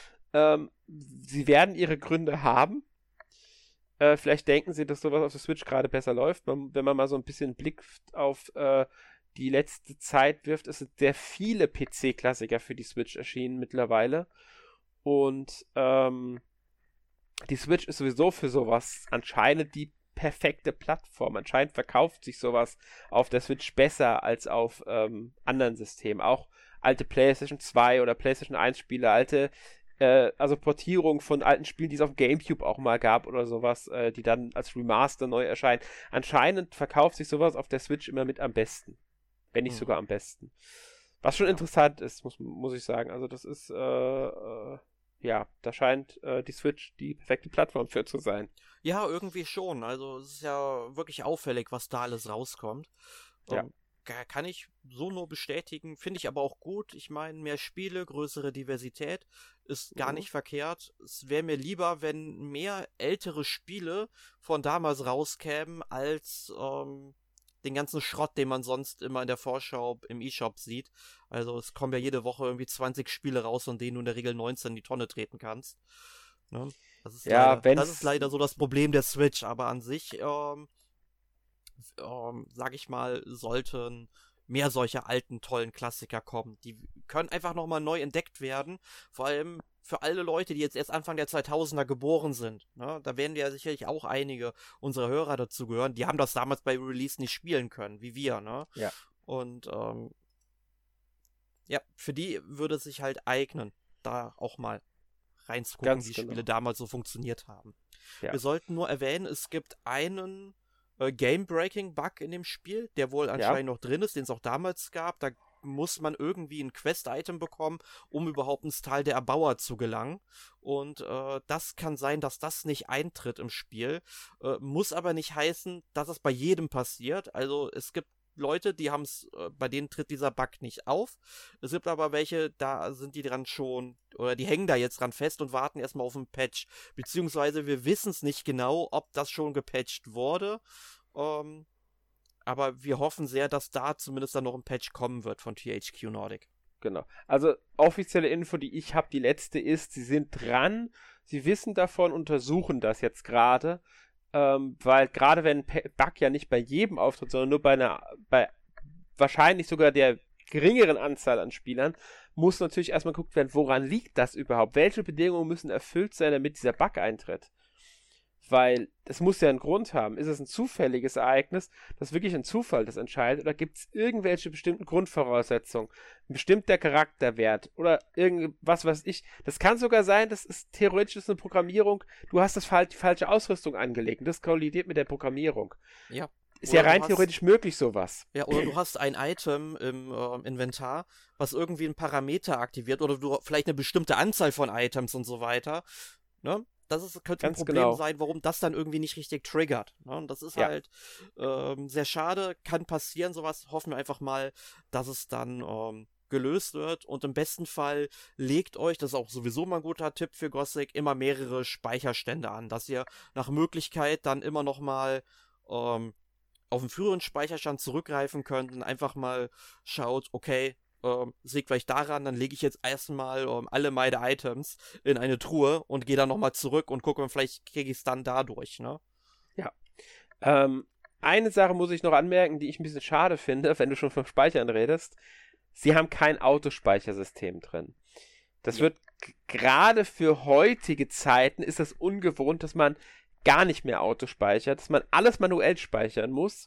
Sie werden ihre Gründe haben. Vielleicht denken sie, dass sowas auf der Switch gerade besser läuft. Wenn man mal so ein bisschen Blick auf die letzte Zeit wirft, es sind sehr viele PC-Klassiker für die Switch erschienen mittlerweile. Und die Switch ist sowieso für sowas anscheinend die perfekte Plattform. Anscheinend verkauft sich sowas auf der Switch besser als auf anderen Systemen. Auch alte PlayStation 2 oder PlayStation 1 Spiele, also Portierung von alten Spielen, die es auf GameCube auch mal gab oder sowas, die dann als Remaster neu erscheinen. Anscheinend verkauft sich sowas auf der Switch immer mit am besten. Wenn nicht sogar am besten. Was schon interessant ist, muss ich sagen. Also das ist, ja, da scheint die Switch die perfekte Plattform für zu sein. Ja, irgendwie schon. Also es ist ja wirklich auffällig, was da alles rauskommt. Ja. Kann ich so nur bestätigen, finde ich aber auch gut. Ich meine, mehr Spiele, größere Diversität ist gar nicht verkehrt. Es wäre mir lieber, wenn mehr ältere Spiele von damals rauskämen, als den ganzen Schrott, den man sonst immer in der Vorschau im eShop sieht. Also es kommen ja jede Woche irgendwie 20 Spiele raus, von denen du in der Regel 19 in die Tonne treten kannst. Ne? Das ist das ist leider so das Problem der Switch, aber an sich sag ich mal, sollten mehr solche alten, tollen Klassiker kommen. Die können einfach nochmal neu entdeckt werden. Vor allem für alle Leute, die jetzt erst Anfang der 2000er geboren sind. Ne? Da werden ja sicherlich auch einige unserer Hörer dazu gehören. Die haben das damals bei Release nicht spielen können, wie wir. Ne? Ja. Und ja, für die würde es sich halt eignen, da auch mal reinzugucken, wie Spiele damals so funktioniert haben. Ja. Wir sollten nur erwähnen, es gibt einen Game-Breaking-Bug in dem Spiel, der wohl anscheinend noch drin ist, den es auch damals gab. Da muss man irgendwie ein Quest-Item bekommen, um überhaupt ins Tal der Erbauer zu gelangen. Und das kann sein, dass das nicht eintritt im Spiel. Muss aber nicht heißen, dass es bei jedem passiert. Also es gibt Leute, die haben es, bei denen tritt dieser Bug nicht auf. Es gibt aber welche, da sind die dran schon, oder die hängen da jetzt dran fest und warten erstmal auf einen Patch. Beziehungsweise wir wissen es nicht genau, ob das schon gepatcht wurde. Aber wir hoffen sehr, dass da zumindest dann noch ein Patch kommen wird von THQ Nordic. Genau. Also offizielle Info, die ich habe, die letzte ist, sie sind dran, sie wissen davon, untersuchen das jetzt gerade. Weil gerade wenn Bug ja nicht bei jedem auftritt, sondern nur bei wahrscheinlich sogar der geringeren Anzahl an Spielern, muss natürlich erstmal geguckt werden, woran liegt das überhaupt? Welche Bedingungen müssen erfüllt sein, damit dieser Bug eintritt? Weil es muss ja einen Grund haben. Ist es ein zufälliges Ereignis, das wirklich ein Zufall das entscheidet, oder gibt es irgendwelche bestimmten Grundvoraussetzungen? Ein bestimmter Charakterwert oder irgendwas, was ich. Das kann sogar sein, das ist theoretisch eine Programmierung, du hast die falsche Ausrüstung angelegt und das kollidiert mit der Programmierung. Ja. Ist oder ja rein theoretisch möglich, sowas. Ja, oder du hast ein Item im Inventar, was irgendwie einen Parameter aktiviert, oder du vielleicht eine bestimmte Anzahl von Items und so weiter. Ne? Könnte ein Problem sein, warum das dann irgendwie nicht richtig triggert. Ne? Und das ist halt sehr schade, kann passieren, sowas. Hoffen wir einfach mal, dass es dann gelöst wird. Und im besten Fall legt euch, das ist auch sowieso mal ein guter Tipp für Gothic, immer mehrere Speicherstände an, dass ihr nach Möglichkeit dann immer noch mal auf einen früheren Speicherstand zurückgreifen könnt und einfach mal schaut, okay, es liegt vielleicht daran, dann lege ich jetzt erstmal alle meine Items in eine Truhe und gehe dann nochmal zurück und gucke, vielleicht kriege ich es dann dadurch, ne? Ja. Eine Sache muss ich noch anmerken, die ich ein bisschen schade finde, wenn du schon vom Speichern redest. Sie haben kein Autospeichersystem drin. Das wird gerade für heutige Zeiten ist das ungewohnt, dass man gar nicht mehr autospeichert, dass man alles manuell speichern muss.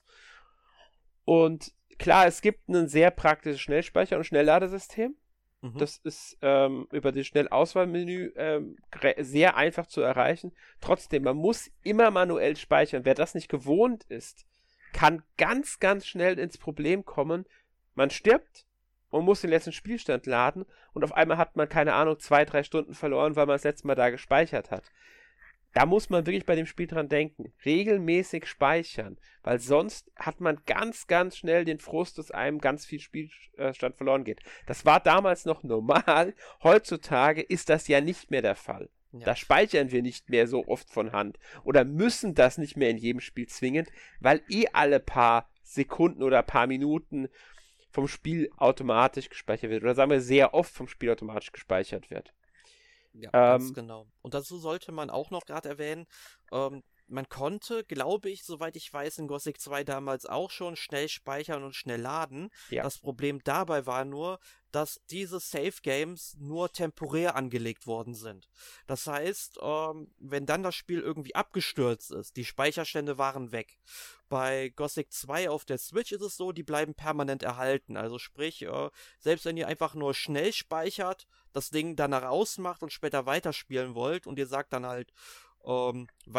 Und klar, es gibt ein sehr praktisches Schnellspeicher- und Schnellladesystem. Das ist über das Schnellauswahlmenü sehr einfach zu erreichen. Trotzdem, man muss immer manuell speichern. Wer das nicht gewohnt ist, kann ganz, ganz schnell ins Problem kommen. Man stirbt und muss den letzten Spielstand laden und auf einmal hat man, keine Ahnung, 2-3 Stunden verloren, weil man das letzte Mal da gespeichert hat. Da muss man wirklich bei dem Spiel dran denken. Regelmäßig speichern. Weil sonst hat man ganz, ganz schnell den Frust, dass einem ganz viel Spielstand verloren geht. Das war damals noch normal. Heutzutage ist das ja nicht mehr der Fall. Ja. Da speichern wir nicht mehr so oft von Hand. Oder müssen das nicht mehr in jedem Spiel zwingend, weil alle paar Sekunden oder paar Minuten vom Spiel automatisch gespeichert wird. Oder sagen wir, sehr oft vom Spiel automatisch gespeichert wird. Ja, ganz genau. Und dazu sollte man auch noch gerade erwähnen, man konnte, glaube ich, soweit ich weiß, in Gothic 2 damals auch schon schnell speichern und schnell laden. Ja. Das Problem dabei war nur, dass diese Save Games nur temporär angelegt worden sind. Das heißt, wenn dann das Spiel irgendwie abgestürzt ist, die Speicherstände waren weg. Bei Gothic 2 auf der Switch ist es so, die bleiben permanent erhalten. Also sprich, selbst wenn ihr einfach nur schnell speichert, das Ding danach ausmacht und später weiterspielen wollt und ihr sagt dann halt,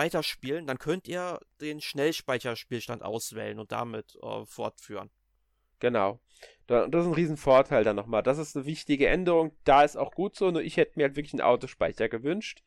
weiterspielen, dann könnt ihr den Schnellspeicherspielstand auswählen und damit fortführen. Genau. Das ist ein Riesenvorteil dann nochmal. Das ist eine wichtige Änderung. Da ist auch gut so, nur ich hätte mir halt wirklich einen Autospeicher gewünscht.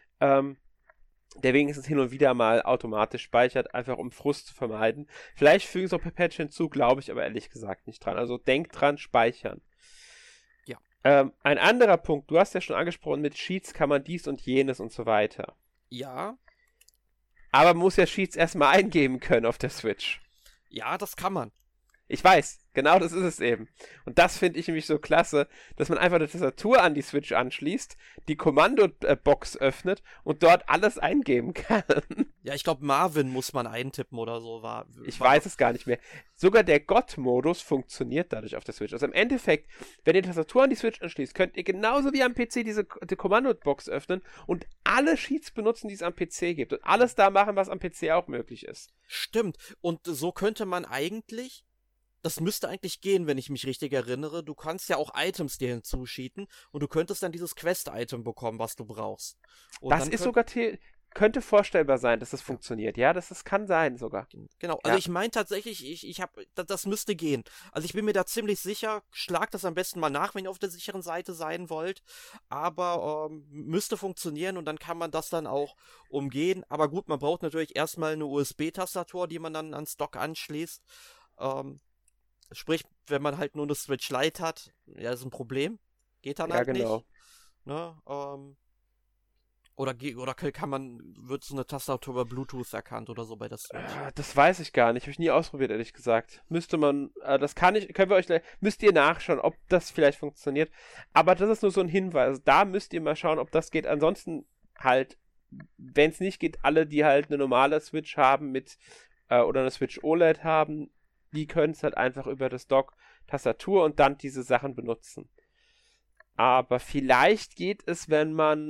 Der wenigstens hin und wieder mal automatisch speichert, einfach um Frust zu vermeiden. Vielleicht fügen sie auch per Patch hinzu, glaube ich aber ehrlich gesagt nicht dran. Also denkt dran, speichern. Ja. Ein anderer Punkt, du hast ja schon angesprochen, mit Cheats kann man dies und jenes und so weiter. Ja. Aber man muss ja Cheats erstmal eingeben können auf der Switch. Ja, das kann man. Ich weiß, genau das ist es eben. Und das finde ich nämlich so klasse, dass man einfach eine Tastatur an die Switch anschließt, die Kommandobox öffnet und dort alles eingeben kann. Ja, ich glaube, Marvin muss man eintippen oder so. Ich weiß es gar nicht mehr. Sogar der God-Modus funktioniert dadurch auf der Switch. Also im Endeffekt, wenn ihr die Tastatur an die Switch anschließt, könnt ihr genauso wie am PC die Kommandobox öffnen und alle Sheets benutzen, die es am PC gibt. Und alles da machen, was am PC auch möglich ist. Stimmt. Und so könnte man eigentlich... Das müsste eigentlich gehen, wenn ich mich richtig erinnere. Du kannst ja auch Items dir hinzuschieten und du könntest dann dieses Quest-Item bekommen, was du brauchst. Und das ist sogar könnte vorstellbar sein, dass das funktioniert. Ja, das kann sein sogar. Genau, also ich meine tatsächlich, das müsste gehen. Also ich bin mir da ziemlich sicher, schlagt das am besten mal nach, wenn ihr auf der sicheren Seite sein wollt. Aber müsste funktionieren und dann kann man das dann auch umgehen. Aber gut, man braucht natürlich erstmal eine USB-Tastatur, die man dann ans Dock anschließt. Sprich, wenn man halt nur eine Switch Lite hat, ja, ist ein Problem. Geht dann halt genau. nicht. Ne? Oder wird so eine Tastatur über Bluetooth erkannt oder so bei der Switch? Das weiß ich gar nicht. Habe ich nie ausprobiert, ehrlich gesagt. Müsste man, müsst ihr nachschauen, ob das vielleicht funktioniert. Aber das ist nur so ein Hinweis. Also da müsst ihr mal schauen, ob das geht. Ansonsten halt, wenn es nicht geht, alle, die halt eine normale Switch haben oder eine Switch OLED haben, die können es halt einfach über das Dock Tastatur und dann diese Sachen benutzen. Aber vielleicht geht es, wenn man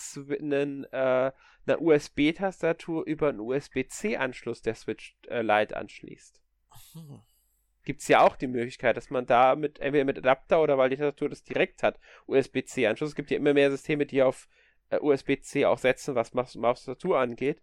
eine USB-Tastatur über einen USB-C-Anschluss der Switch Lite anschließt. Gibt es ja auch die Möglichkeit, dass man da entweder mit Adapter oder weil die Tastatur das direkt hat, USB-C-Anschluss. Es gibt ja immer mehr Systeme, die auf USB-C auch setzen, was Maustastatur angeht.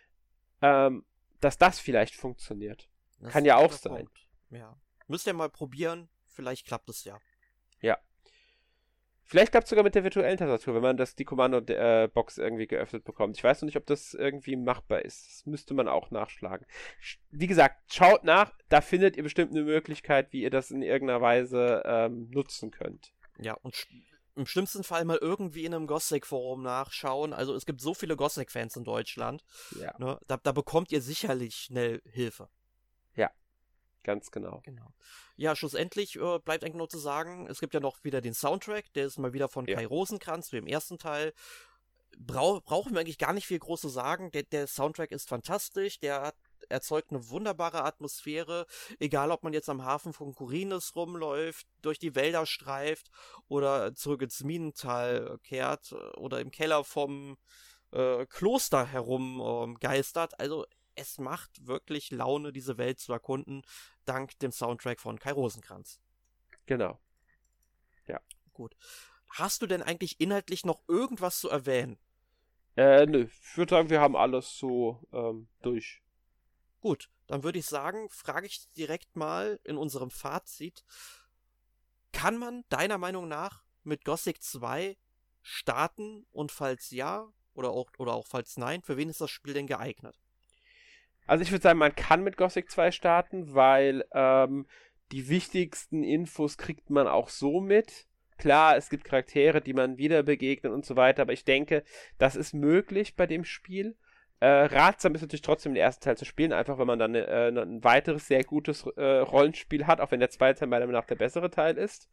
Dass das vielleicht funktioniert. Das kann ja auch sein. Punkt. Ja. Müsst ihr mal probieren. Vielleicht klappt es ja. Ja. Vielleicht klappt es sogar mit der virtuellen Tastatur, wenn man die Kommando-Box irgendwie geöffnet bekommt. Ich weiß noch nicht, ob das irgendwie machbar ist. Das müsste man auch nachschlagen. Wie gesagt, schaut nach. Da findet ihr bestimmt eine Möglichkeit, wie ihr das in irgendeiner Weise nutzen könnt. Ja, und im schlimmsten Fall mal irgendwie in einem Gothic-Forum nachschauen. Also es gibt so viele Gothic-Fans in Deutschland. Ja. Ne? Da bekommt ihr sicherlich schnell Hilfe. Ja, ganz genau. Ja, schlussendlich bleibt eigentlich nur zu sagen, es gibt ja noch wieder den Soundtrack, der ist mal wieder von Kai Rosenkranz, wie im ersten Teil. Brauchen wir eigentlich gar nicht viel groß zu sagen. Der Soundtrack ist fantastisch, der erzeugt eine wunderbare Atmosphäre, egal ob man jetzt am Hafen von Khorinis rumläuft, durch die Wälder streift oder zurück ins Minental kehrt oder im Keller vom Kloster herum geistert. Also es macht wirklich Laune, diese Welt zu erkunden, dank dem Soundtrack von Kai Rosenkranz. Genau. Ja. Gut. Hast du denn eigentlich inhaltlich noch irgendwas zu erwähnen? Nö. Ich würde sagen, wir haben alles so durch. Gut, dann würde ich sagen, frage ich direkt mal in unserem Fazit, kann man deiner Meinung nach mit Gothic 2 starten und falls ja oder auch falls nein, für wen ist das Spiel denn geeignet? Also ich würde sagen, man kann mit Gothic 2 starten, weil die wichtigsten Infos kriegt man auch so mit. Klar, es gibt Charaktere, die man wieder begegnet und so weiter, aber ich denke, das ist möglich bei dem Spiel. Ratsam ist natürlich trotzdem den ersten Teil zu spielen, einfach wenn man dann ein weiteres sehr gutes Rollenspiel hat, auch wenn der zweite Teil meiner Meinung nach der bessere Teil ist.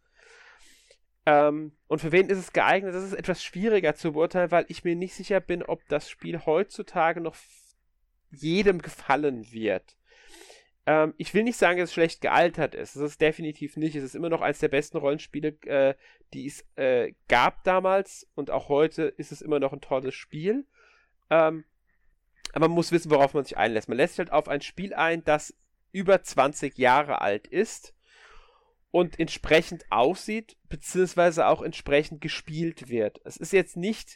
Und für wen ist es geeignet? Das ist etwas schwieriger zu beurteilen, weil ich mir nicht sicher bin, ob das Spiel heutzutage noch jedem gefallen wird. Ich will nicht sagen, dass es schlecht gealtert ist. Das ist definitiv nicht. Es ist immer noch eines der besten Rollenspiele, die es gab damals. Und auch heute ist es immer noch ein tolles Spiel. Aber man muss wissen, worauf man sich einlässt. Man lässt sich halt auf ein Spiel ein, das über 20 Jahre alt ist und entsprechend aussieht, beziehungsweise auch entsprechend gespielt wird. Es ist jetzt nicht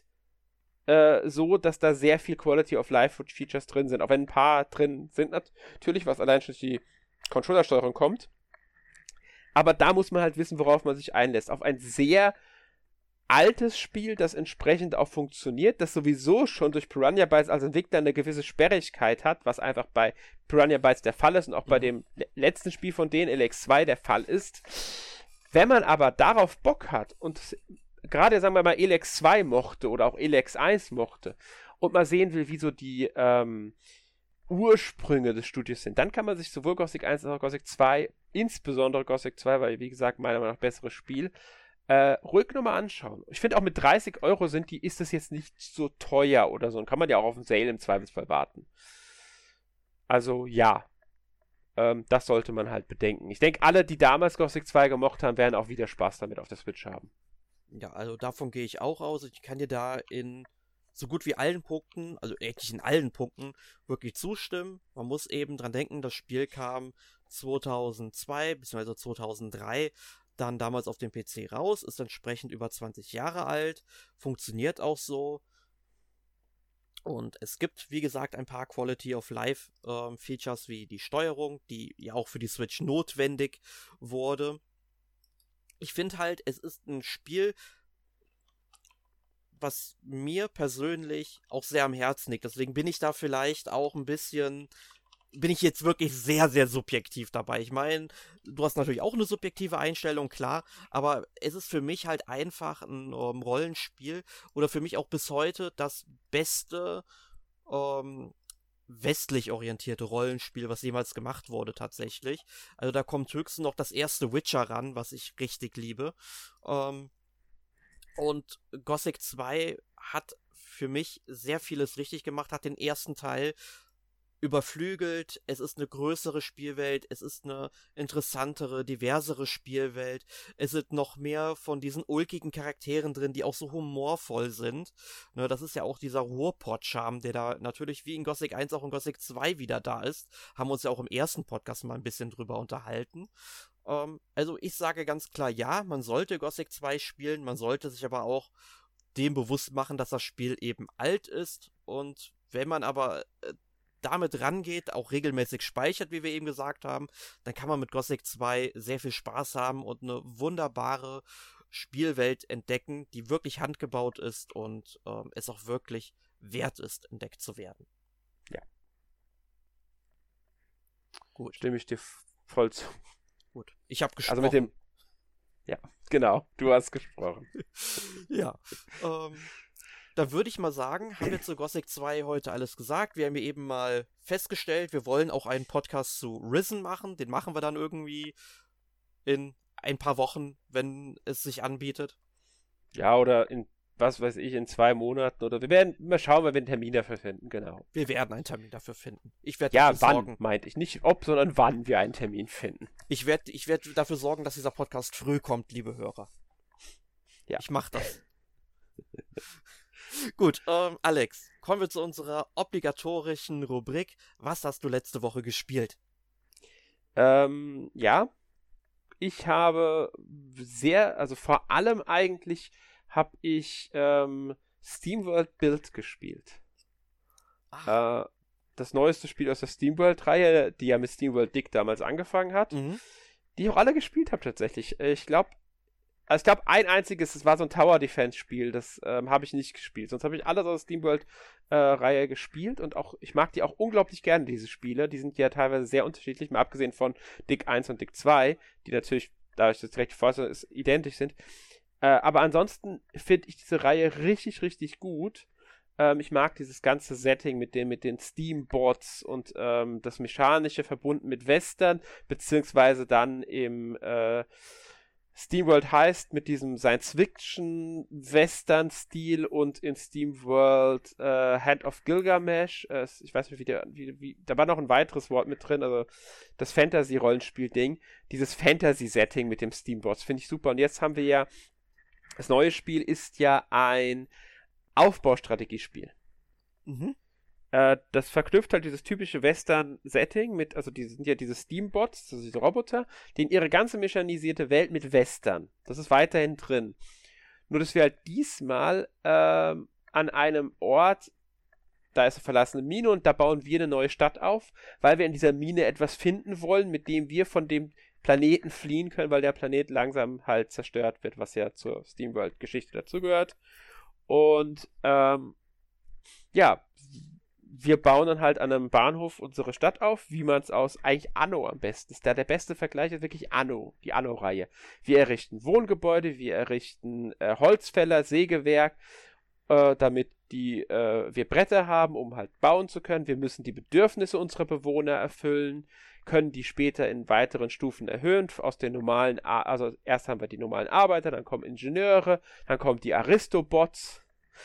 so, dass da sehr viel Quality of Life Features drin sind, auch wenn ein paar drin sind natürlich, was allein schon durch die Controllersteuerung kommt. Aber da muss man halt wissen, worauf man sich einlässt. Auf ein sehr altes Spiel, das entsprechend auch funktioniert, das sowieso schon durch Piranha Bytes als Entwickler eine gewisse Sperrigkeit hat, was einfach bei Piranha Bytes der Fall ist und auch bei dem letzten Spiel von denen, LX2, der Fall ist. Wenn man aber darauf Bock hat und gerade, sagen wir mal, LX2 mochte oder auch LX1 mochte und mal sehen will, wie so die Ursprünge des Studios sind, dann kann man sich sowohl Gothic 1 als auch Gothic 2, insbesondere Gothic 2, weil, wie gesagt, meiner Meinung nach besseres Spiel, ruhig nochmal anschauen. Ich finde auch mit 30 Euro ist das jetzt nicht so teuer oder so. Und kann man ja auch auf den Sale im Zweifelsfall warten. Also ja, das sollte man halt bedenken. Ich denke, alle, die damals Gothic 2 gemocht haben, werden auch wieder Spaß damit auf der Switch haben. Ja, also davon gehe ich auch aus. Ich kann dir da in so gut wie allen Punkten, also eigentlich in allen Punkten, wirklich zustimmen. Man muss eben dran denken, das Spiel kam 2002 bzw. 2003 dann damals auf dem PC raus, ist entsprechend über 20 Jahre alt, funktioniert auch so. Und es gibt, wie gesagt, ein paar Quality of Life Features wie die Steuerung, die ja auch für die Switch notwendig wurde. Ich finde halt, es ist ein Spiel, was mir persönlich auch sehr am Herzen liegt. Deswegen bin ich da vielleicht auch ein bisschen, bin ich jetzt wirklich sehr, sehr subjektiv dabei. Ich meine, du hast natürlich auch eine subjektive Einstellung, klar, aber es ist für mich halt einfach ein Rollenspiel oder für mich auch bis heute das beste westlich orientierte Rollenspiel, was jemals gemacht wurde tatsächlich. Also da kommt höchstens noch das erste Witcher ran, was ich richtig liebe. Und Gothic 2 hat für mich sehr vieles richtig gemacht, hat den ersten Teil überflügelt, es ist eine größere Spielwelt, es ist eine interessantere, diversere Spielwelt, es sind noch mehr von diesen ulkigen Charakteren drin, die auch so humorvoll sind. Ne, das ist ja auch dieser Ruhrpott-Charme, der da natürlich wie in Gothic 1 auch in Gothic 2 wieder da ist. Haben wir uns ja auch im ersten Podcast mal ein bisschen drüber unterhalten. Also ich sage ganz klar, ja, man sollte Gothic 2 spielen, man sollte sich aber auch dem bewusst machen, dass das Spiel eben alt ist, und wenn man aber damit rangeht, auch regelmäßig speichert, wie wir eben gesagt haben, dann kann man mit Gothic 2 sehr viel Spaß haben und eine wunderbare Spielwelt entdecken, die wirklich handgebaut ist und es auch wirklich wert ist, entdeckt zu werden. Ja. Gut. Stimme ich dir voll zu. Gut. Ich habe gesprochen. Also mit dem... Ja, genau. Du hast gesprochen. Ja. Dann würde ich mal sagen, haben wir zu Gothic 2 heute alles gesagt. Wir haben ja eben mal festgestellt, wir wollen auch einen Podcast zu Risen machen. Den machen wir dann irgendwie in ein paar Wochen, wenn es sich anbietet. Ja, oder in, was weiß ich, in 2 Monaten. Oder wir werden mal schauen, wenn wir einen Termin dafür finden, genau. Wir werden einen Termin dafür finden. Ich werde ja, dafür wann, sorgen. meinte ich. Nicht ob, sondern wann wir einen Termin finden. Ich werd dafür sorgen, dass dieser Podcast früh kommt, liebe Hörer. Ja. Ich mach das. Gut, Alex, kommen wir zu unserer obligatorischen Rubrik. Was hast du letzte Woche gespielt? Ja, ich habe also vor allem eigentlich habe ich SteamWorld Build gespielt. Das neueste Spiel aus der SteamWorld-Reihe, die ja mit SteamWorld Dig damals angefangen hat, die ich auch alle gespielt habe tatsächlich. Ich glaube, ein einziges, das war so ein Tower-Defense-Spiel, das habe ich nicht gespielt. Sonst habe ich alles aus der SteamWorld-Reihe gespielt und auch, ich mag die auch unglaublich gerne, diese Spiele. Die sind ja teilweise sehr unterschiedlich, mal abgesehen von Dig 1 und Dig 2, die natürlich, dadurch, dass direkt vorher ist, identisch sind. Aber ansonsten finde ich diese Reihe richtig, richtig gut. Ich mag dieses ganze Setting mit den Steam-Bots und das Mechanische verbunden mit Western, beziehungsweise dann im SteamWorld heißt mit diesem Science-Fiction-Western-Stil und in SteamWorld Hand of Gilgamesh. Ich weiß nicht, da war noch ein weiteres Wort mit drin, also das Fantasy-Rollenspiel-Ding. Dieses Fantasy-Setting mit dem Steambots finde ich super. Und jetzt haben wir ja, das neue Spiel ist ja ein Aufbaustrategiespiel. Das verknüpft halt dieses typische Western-Setting mit, also sind ja diese Steambots, also diese Roboter, die in ihre ganze mechanisierte Welt mit Western. Das ist weiterhin drin. Nur, dass wir halt diesmal an einem Ort, da ist eine verlassene Mine und da bauen wir eine neue Stadt auf, weil wir in dieser Mine etwas finden wollen, mit dem wir von dem Planeten fliehen können, weil der Planet langsam halt zerstört wird, was ja zur SteamWorld-Geschichte dazugehört. Und ja, wir bauen dann halt an einem Bahnhof unsere Stadt auf, wie man es aus eigentlich Anno am besten ist. Da der beste Vergleich ist wirklich Anno, die Anno-Reihe. Wir errichten Wohngebäude, wir errichten Holzfäller, Sägewerk, damit wir Bretter haben, um halt bauen zu können. Wir müssen die Bedürfnisse unserer Bewohner erfüllen, können die später in weiteren Stufen erhöhen, aus den normalen, also erst haben wir die normalen Arbeiter, dann kommen Ingenieure, dann kommen die Aristobots,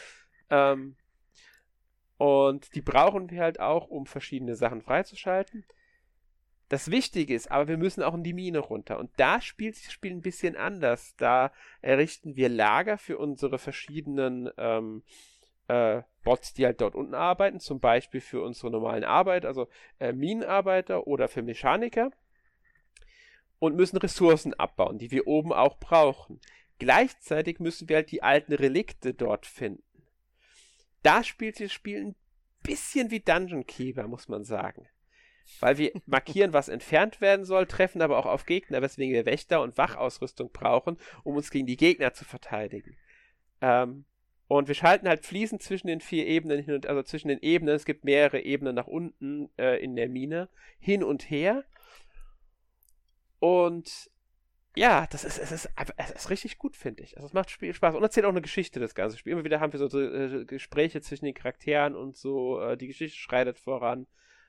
und die brauchen wir halt auch, um verschiedene Sachen freizuschalten. Das Wichtige ist, aber wir müssen auch in die Mine runter. Und da spielt das Spiel ein bisschen anders. Da errichten wir Lager für unsere verschiedenen Bots, die halt dort unten arbeiten. Zum Beispiel für unsere normalen Arbeiter, also Minenarbeiter oder für Mechaniker. Und müssen Ressourcen abbauen, die wir oben auch brauchen. Gleichzeitig müssen wir halt die alten Relikte dort finden. Da spielt das Spiel ein bisschen wie Dungeon Keeper, muss man sagen. Weil wir markieren, was entfernt werden soll, treffen aber auch auf Gegner, weswegen wir Wächter- und Wachausrüstung brauchen, um uns gegen die Gegner zu verteidigen. Und wir schalten halt fließend zwischen den 4 Ebenen hin und, also zwischen den Ebenen, es gibt mehrere Ebenen nach unten in der Mine, hin und her. Und ja, es ist richtig gut, finde ich. Also es macht Spaß und erzählt auch eine Geschichte, das ganze Spiel. Immer wieder haben wir so Gespräche zwischen den Charakteren und so, die Geschichte schreitet voran.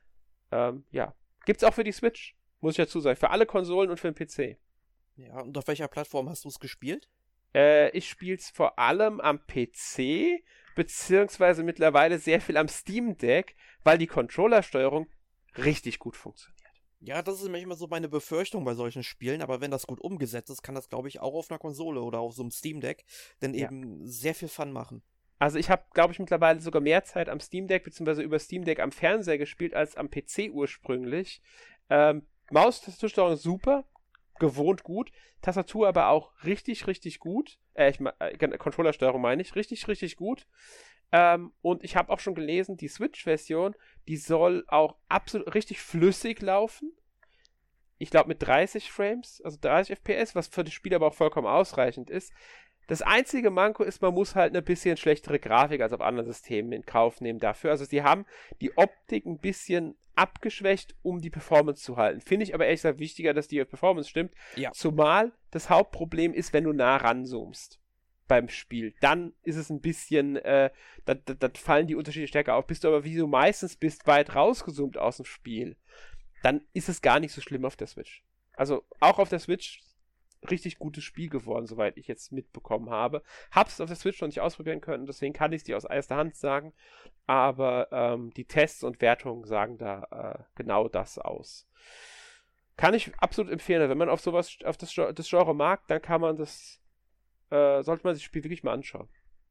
Ja. Gibt's auch für die Switch, muss ich dazu sagen. Für alle Konsolen und für den PC. Ja, und auf welcher Plattform hast du es gespielt? Ich spiel's vor allem am PC, beziehungsweise mittlerweile sehr viel am Steam Deck, weil die Controllersteuerung richtig gut funktioniert. Ja, das ist manchmal so meine Befürchtung bei solchen Spielen, aber wenn das gut umgesetzt ist, kann das, glaube ich, auch auf einer Konsole oder auf so einem Steam Deck dann eben sehr viel Fun machen. Also ich habe, glaube ich, mittlerweile sogar mehr Zeit am Steam Deck beziehungsweise über Steam Deck am Fernseher gespielt als am PC ursprünglich. Maus-Tastatursteuerung super, gewohnt gut, Tastatur aber auch richtig, richtig gut. Controllersteuerung meine ich, richtig, richtig gut. Und ich habe auch schon gelesen, die Switch-Version, die soll auch absolut richtig flüssig laufen. Ich glaube mit 30 Frames, also 30 FPS, was für das Spiel aber auch vollkommen ausreichend ist. Das einzige Manko ist, man muss halt eine bisschen schlechtere Grafik als auf anderen Systemen in Kauf nehmen dafür. Also sie haben die Optik ein bisschen abgeschwächt, um die Performance zu halten. Finde ich aber ehrlich gesagt wichtiger, dass die Performance stimmt. Ja. Zumal das Hauptproblem ist, wenn du nah ranzoomst beim Spiel. Dann ist es ein bisschen, da fallen die Unterschiede stärker auf. Bist du aber, wie du meistens bist, weit rausgezoomt aus dem Spiel, dann ist es gar nicht so schlimm auf der Switch. Also auch auf der Switch richtig gutes Spiel geworden, soweit ich jetzt mitbekommen habe. Hab's auf der Switch noch nicht ausprobieren können, deswegen kann ich es dir aus erster Hand sagen. Aber die Tests und Wertungen sagen da genau das aus. Kann ich absolut empfehlen. Wenn man auf sowas, auf das Genre mag, dann kann man sollte man sich das Spiel wirklich mal anschauen.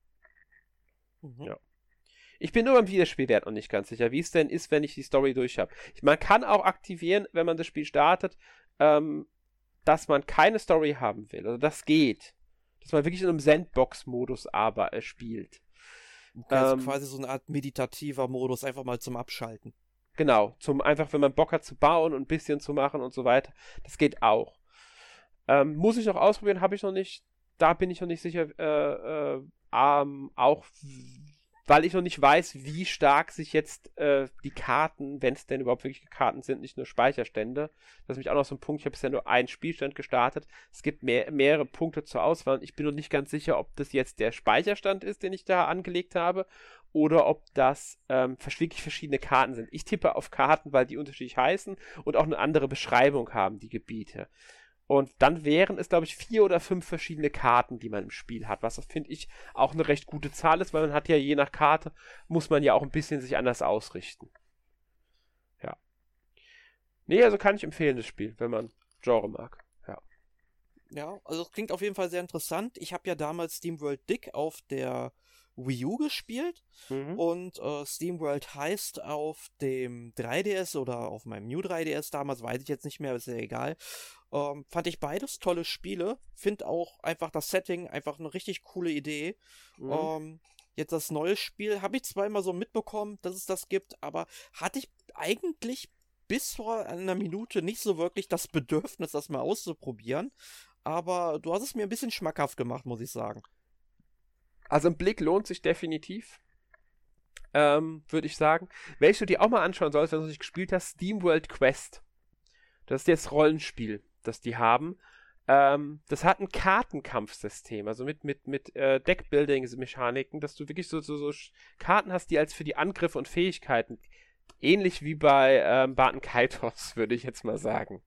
Mhm. Ja. Ich bin nur beim Wiederspielwert noch nicht ganz sicher, wie es denn ist, wenn ich die Story durch habe. Man kann auch aktivieren, wenn man das Spiel startet, dass man keine Story haben will. Also das geht. Dass man wirklich in einem Sandbox-Modus spielt. Okay, also quasi so eine Art meditativer Modus, einfach mal zum Abschalten. Genau, einfach wenn man Bock hat zu bauen und ein bisschen zu machen und so weiter. Das geht auch. Muss ich noch ausprobieren, habe ich noch nicht. Da bin ich noch nicht sicher. Auch weil ich noch nicht weiß, wie stark sich jetzt die Karten, wenn es denn überhaupt wirklich Karten sind, nicht nur Speicherstände. Das ist nämlich auch noch so ein Punkt, ich habe bisher nur einen Spielstand gestartet. Es gibt mehrere Punkte zur Auswahl und ich bin noch nicht ganz sicher, ob das jetzt der Speicherstand ist, den ich da angelegt habe, oder ob das wirklich verschiedene Karten sind. Ich tippe auf Karten, weil die unterschiedlich heißen und auch eine andere Beschreibung haben, die Gebiete. Und dann wären es, glaube ich, 4 oder 5 verschiedene Karten, die man im Spiel hat, was, finde ich, auch eine recht gute Zahl ist, weil man hat ja je nach Karte, muss man ja auch ein bisschen sich anders ausrichten. Ja. Nee, also kann ich empfehlen, das Spiel, wenn man Genre mag. Ja. Ja, also es klingt auf jeden Fall sehr interessant. Ich habe ja damals SteamWorld Dig auf der Wii U gespielt und SteamWorld heißt auf dem 3DS oder auf meinem New 3DS damals, weiß ich jetzt nicht mehr, ist ja egal. Fand ich beides tolle Spiele. Find auch einfach das Setting einfach eine richtig coole Idee. Jetzt das neue Spiel habe ich zwar immer so mitbekommen, dass es das gibt, aber hatte ich eigentlich bis vor einer Minute nicht so wirklich das Bedürfnis, das mal auszuprobieren. Aber du hast es mir ein bisschen schmackhaft gemacht, muss ich sagen. Also ein Blick lohnt sich definitiv, würde ich sagen. Welches du dir auch mal anschauen sollst, wenn du noch nicht gespielt hast, SteamWorld Quest. Das ist jetzt Rollenspiel, das die haben. Das hat ein Kartenkampfsystem, also mit Deckbuilding-Mechaniken, dass du wirklich so Karten hast, die als für die Angriffe und Fähigkeiten, ähnlich wie bei Barton Kaitos, würde ich jetzt mal sagen.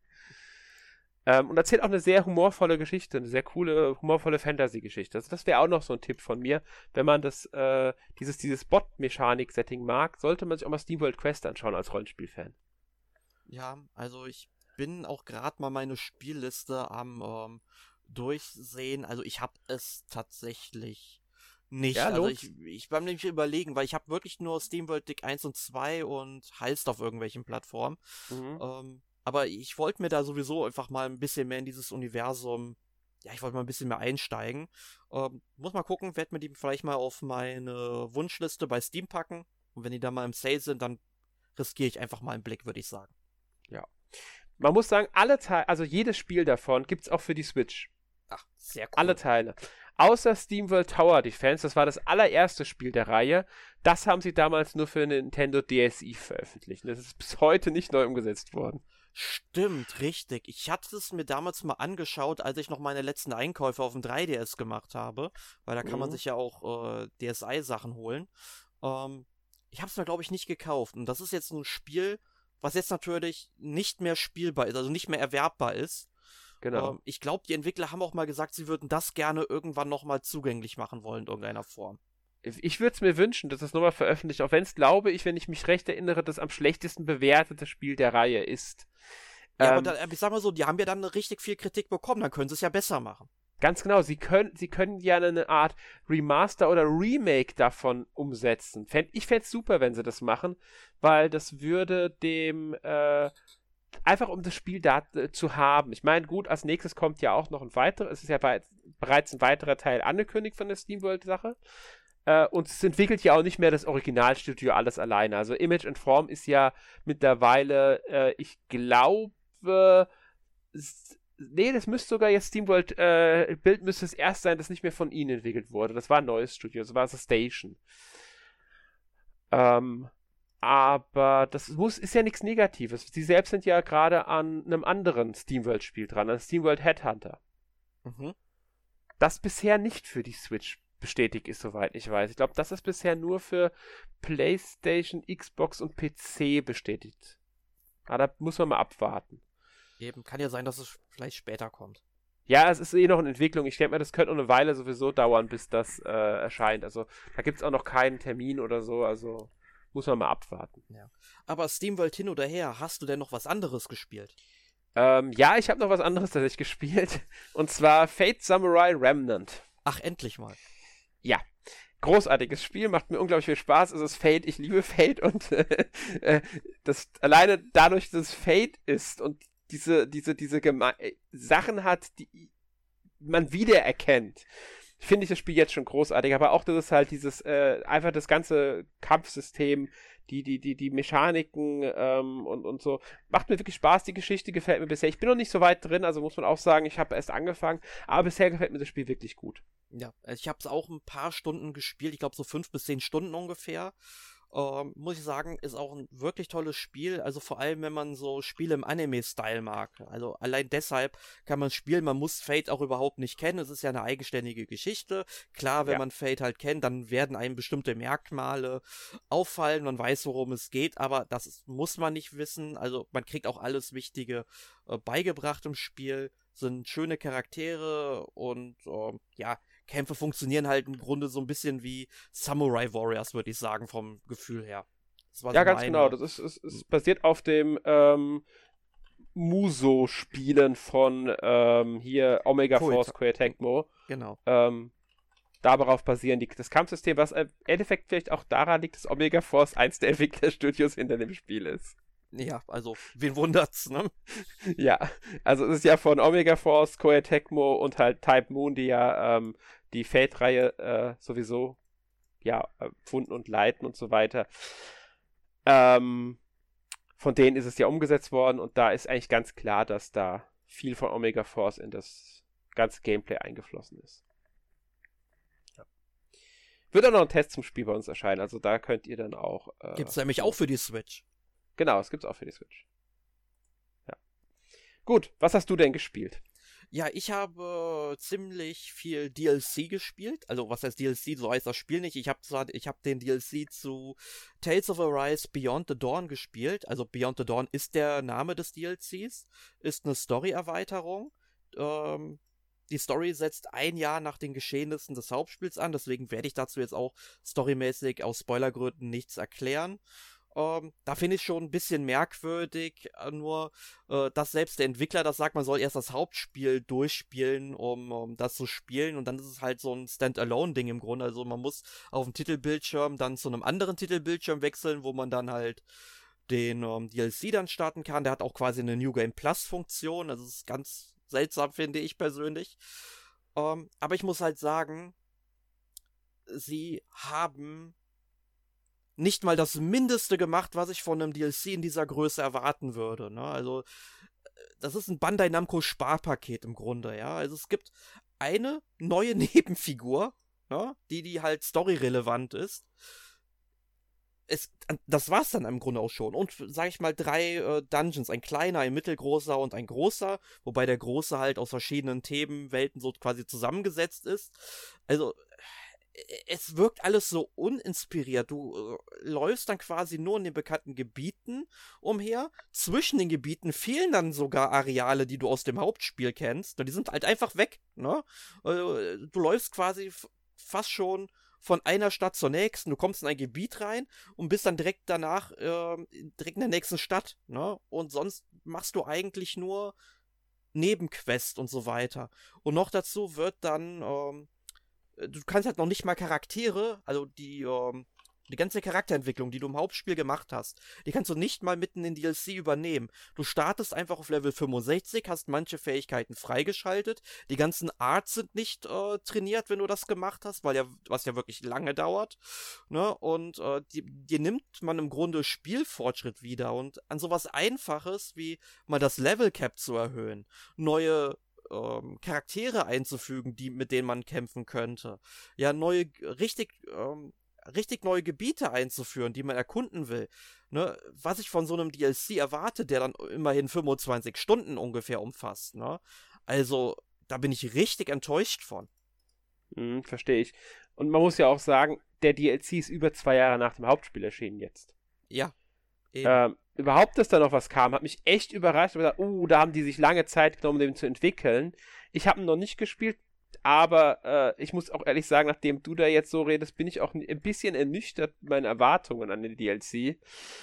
Und erzählt auch eine sehr humorvolle Geschichte, eine sehr coole, humorvolle Fantasy-Geschichte. Also das wäre auch noch so ein Tipp von mir. Wenn man dieses Bot-Mechanik-Setting mag, sollte man sich auch mal SteamWorld Quest anschauen als Rollenspielfan. Ja, also ich bin auch gerade mal meine Spielliste am Durchsehen. Also ich habe es tatsächlich nicht. Ja, Also lohnt. ich beim nämlich überlegen, weil ich habe wirklich nur SteamWorld Dig 1 und 2 und Heist auf irgendwelchen Plattformen. Mhm. Aber ich wollte mir da sowieso einfach mal ein bisschen mehr in dieses Universum, ja, ich wollte mal ein bisschen mehr einsteigen. Muss mal gucken, werde mir die vielleicht mal auf meine Wunschliste bei Steam packen. Und wenn die da mal im Sale sind, dann riskiere ich einfach mal einen Blick, würde ich sagen. Ja. Man muss sagen, alle Teile, also jedes Spiel davon gibt es auch für die Switch. Ach, sehr cool. Alle Teile. Außer SteamWorld Tower Defense, das war das allererste Spiel der Reihe. Das haben sie damals nur für Nintendo DSi veröffentlicht. Das ist bis heute nicht neu umgesetzt worden. Stimmt, richtig. Ich hatte es mir damals mal angeschaut, als ich noch meine letzten Einkäufe auf dem 3DS gemacht habe, weil da kann man sich ja auch DSi-Sachen holen. Ich habe es mir, glaube ich, nicht gekauft. Und das ist jetzt ein Spiel, was jetzt natürlich nicht mehr spielbar ist, also nicht mehr erwerbbar ist. Genau. Ich glaube, die Entwickler haben auch mal gesagt, sie würden das gerne irgendwann nochmal zugänglich machen wollen in irgendeiner Form. Ich würde es mir wünschen, dass es nochmal veröffentlicht, auch wenn es, glaube ich, wenn ich mich recht erinnere, das am schlechtesten bewertete Spiel der Reihe ist. Ja, aber ich sag mal so, die haben ja dann richtig viel Kritik bekommen, dann können sie es ja besser machen. Ganz genau, sie können ja eine Art Remaster oder Remake davon umsetzen. Ich fände es super, wenn sie das machen, weil das würde dem, einfach um das Spiel da zu haben. Ich meine, gut, als nächstes kommt ja auch noch es ist ja bereits ein weiterer Teil angekündigt von der SteamWorld-Sache. Und es entwickelt ja auch nicht mehr das Originalstudio alles alleine. Also Image and Form ist ja mittlerweile, ich glaube, nee, das müsste sogar jetzt SteamWorld Build müsste es erst sein, das nicht mehr von ihnen entwickelt wurde. Das war ein neues Studio, das war The Station. Aber das ist ja nichts Negatives. Sie selbst sind ja gerade an einem anderen SteamWorld-Spiel dran, an SteamWorld Headhunter. Mhm. Das bisher nicht für die Switch bestätigt ist, soweit ich weiß. Ich glaube, das ist bisher nur für PlayStation, Xbox und PC bestätigt. Aber da muss man mal abwarten. Eben, kann ja sein, dass es vielleicht später kommt. Ja, es ist eh noch in Entwicklung. Ich denke mal, das könnte noch eine Weile sowieso dauern, bis das erscheint. Also da gibt es auch noch keinen Termin oder so. Also muss man mal abwarten. Ja. Aber SteamWorld hin oder her, hast du denn noch was anderes gespielt? Ja, ich habe noch was anderes tatsächlich gespielt. Und zwar Fate Samurai Remnant. Ach, endlich mal. Ja, großartiges Spiel, macht mir unglaublich viel Spaß. Es ist Fate, ich liebe Fate und das alleine dadurch, dass es Fate ist und diese Sachen hat, die man wiedererkennt, finde ich das Spiel jetzt schon großartig. Aber auch, dass es halt einfach das ganze Kampfsystem, die Mechaniken und so, macht mir wirklich Spaß. Die Geschichte gefällt mir bisher. Ich bin noch nicht so weit drin, also muss man auch sagen, ich habe erst angefangen, aber bisher gefällt mir das Spiel wirklich gut. Ja, ich habe es auch ein paar Stunden gespielt, ich glaube so 5 bis 10 Stunden ungefähr. Muss ich sagen, ist auch ein wirklich tolles Spiel. Also vor allem, wenn man so Spiele im Anime-Style mag. Also allein deshalb kann man spielen. Man muss Fate auch überhaupt nicht kennen. Es ist ja eine eigenständige Geschichte. Klar, wenn man Fate halt kennt, dann werden einem bestimmte Merkmale auffallen. Man weiß, worum es geht, aber muss man nicht wissen. Also man kriegt auch alles Wichtige beigebracht im Spiel. Sind schöne Charaktere und ja, Kämpfe funktionieren halt im Grunde so ein bisschen wie Samurai Warriors, würde ich sagen, vom Gefühl her. Ja, ganz genau. Das ist basiert auf dem Muso-Spielen von hier Omega Force Koei Tecmo. Genau. Darauf basieren das Kampfsystem, was im Endeffekt vielleicht auch daran liegt, dass Omega Force eins der Entwicklerstudios hinter dem Spiel ist. Ja, also, wen wundert's, ne? Ja, also es ist ja von Omega Force, Koei Tecmo und halt Type Moon, die ja die Fate-Reihe sowieso ja erfunden und leiten und so weiter. Von von denen ist es ja umgesetzt worden und da ist eigentlich ganz klar, dass da viel von Omega Force in das ganze Gameplay eingeflossen ist. Ja. Wird auch noch ein Test zum Spiel bei uns erscheinen, also da könnt ihr dann auch... Gibt es nämlich auch für die Switch. Genau, es gibt es auch für die Switch. Ja. Gut, was hast du denn gespielt? Ja, ich habe ziemlich viel DLC gespielt. Also, was heißt DLC? So heißt das Spiel nicht. Ich habe den DLC zu Tales of Arise Beyond the Dawn gespielt. Also, Beyond the Dawn ist der Name des DLCs. Ist eine Story-Erweiterung. Die Story setzt ein Jahr nach den Geschehnissen des Hauptspiels an. Deswegen werde ich dazu jetzt auch storymäßig aus Spoilergründen nichts erklären. Da finde ich schon ein bisschen merkwürdig, dass selbst der Entwickler das sagt, man soll erst das Hauptspiel durchspielen, um das zu spielen, und dann ist es halt so ein Standalone-Ding im Grunde. Also man muss auf dem Titelbildschirm dann zu einem anderen Titelbildschirm wechseln, wo man dann halt den DLC dann starten kann. Der hat auch quasi eine New Game Plus-Funktion, also das ist ganz seltsam, finde ich persönlich. Aber ich muss halt sagen, sie haben nicht mal das Mindeste gemacht, was ich von einem DLC in dieser Größe erwarten würde, ne? Also, das ist ein Bandai Namco Sparpaket im Grunde, ja? Also, es gibt eine neue Nebenfigur, ne? Die halt storyrelevant ist. Das war's dann im Grunde auch schon. Und, sag ich mal, 3 Dungeons. Ein kleiner, ein mittelgroßer und ein großer. Wobei der große halt aus verschiedenen Themenwelten so quasi zusammengesetzt ist. Also, es wirkt alles so uninspiriert. Du läufst dann quasi nur in den bekannten Gebieten umher. Zwischen den Gebieten fehlen dann sogar Areale, die du aus dem Hauptspiel kennst. Die sind halt einfach weg, ne? Du läufst quasi fast schon von einer Stadt zur nächsten. Du kommst in ein Gebiet rein und bist dann direkt danach direkt in der nächsten Stadt, ne? Und sonst machst du eigentlich nur Nebenquests und so weiter. Und noch dazu wird dann du kannst halt noch nicht mal Charaktere, also die ganze Charakterentwicklung, die du im Hauptspiel gemacht hast, die kannst du nicht mal mitten in DLC übernehmen. Du startest einfach auf Level 65, hast manche Fähigkeiten freigeschaltet, die ganzen Arts sind nicht trainiert, wenn du das gemacht hast, was ja wirklich lange dauert, ne? Und dir nimmt man im Grunde Spielfortschritt wieder, und an sowas Einfaches wie mal das Level Cap zu erhöhen, neue Charaktere einzufügen, mit denen man kämpfen könnte. Ja, richtig neue Gebiete einzuführen, die man erkunden will. Ne? Was ich von so einem DLC erwarte, der dann immerhin 25 Stunden ungefähr umfasst. Ne? Also, da bin ich richtig enttäuscht von. Verstehe ich. Und man muss ja auch sagen, der DLC ist über 2 Jahre nach dem Hauptspiel erschienen jetzt. Ja. Eben. Überhaupt, dass da noch was kam, hat mich echt überrascht. Ich habe gedacht, da haben die sich lange Zeit genommen, um den zu entwickeln. Ich habe ihn noch nicht gespielt, aber ich muss auch ehrlich sagen, nachdem du da jetzt so redest, bin ich auch ein bisschen ernüchtert mit meinen Erwartungen an den DLC.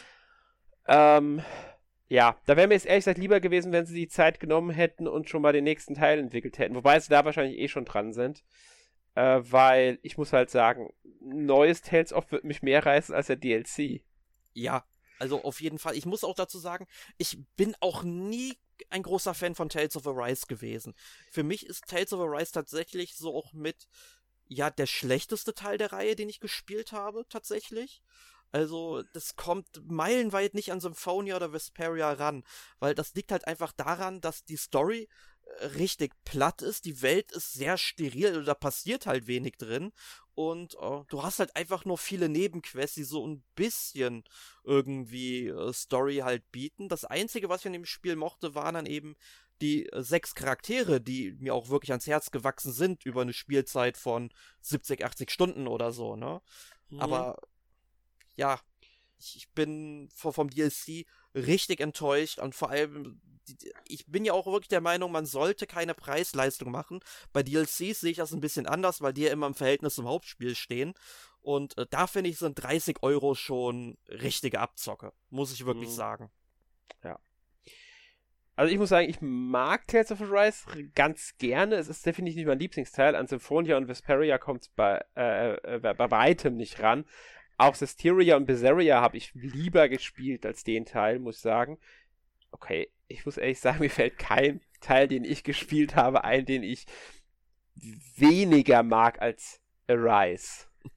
Ja, da wäre mir jetzt ehrlich gesagt lieber gewesen, wenn sie die Zeit genommen hätten und schon mal den nächsten Teil entwickelt hätten. Wobei sie da wahrscheinlich eh schon dran sind. Weil ich muss halt sagen, neues Tales of wird mich mehr reißen als der DLC. Ja. Also auf jeden Fall. Ich muss auch dazu sagen, ich bin auch nie ein großer Fan von Tales of Arise gewesen. Für mich ist Tales of Arise tatsächlich so auch der schlechteste Teil der Reihe, den ich gespielt habe, tatsächlich. Also, das kommt meilenweit nicht an Symphonia oder Vesperia ran, weil das liegt halt einfach daran, dass die Story richtig platt ist, die Welt ist sehr steril, also da passiert halt wenig drin, und du hast halt einfach nur viele Nebenquests, die so ein bisschen irgendwie Story halt bieten. Das Einzige, was ich an dem Spiel mochte, waren dann eben die 6 Charaktere, die mir auch wirklich ans Herz gewachsen sind über eine Spielzeit von 70, 80 Stunden oder so, ne? Aber ja, ich bin vom DLC richtig enttäuscht, und vor allem, ich bin ja auch wirklich der Meinung, man sollte keine Preisleistung machen. Bei DLCs sehe ich das ein bisschen anders, weil die ja immer im Verhältnis zum Hauptspiel stehen. Und da finde ich, sind 30 € schon richtige Abzocke, muss ich wirklich sagen. Ja. Also ich muss sagen, ich mag Tales of Arise ganz gerne. Es ist definitiv nicht mein Lieblingsteil. An Symphonia und Vesperia kommt es bei weitem nicht ran. Auch Zestiria und Berseria habe ich lieber gespielt als den Teil, muss ich sagen. Okay, ich muss ehrlich sagen, mir fällt kein Teil, den ich gespielt habe, ein, den ich weniger mag als Arise.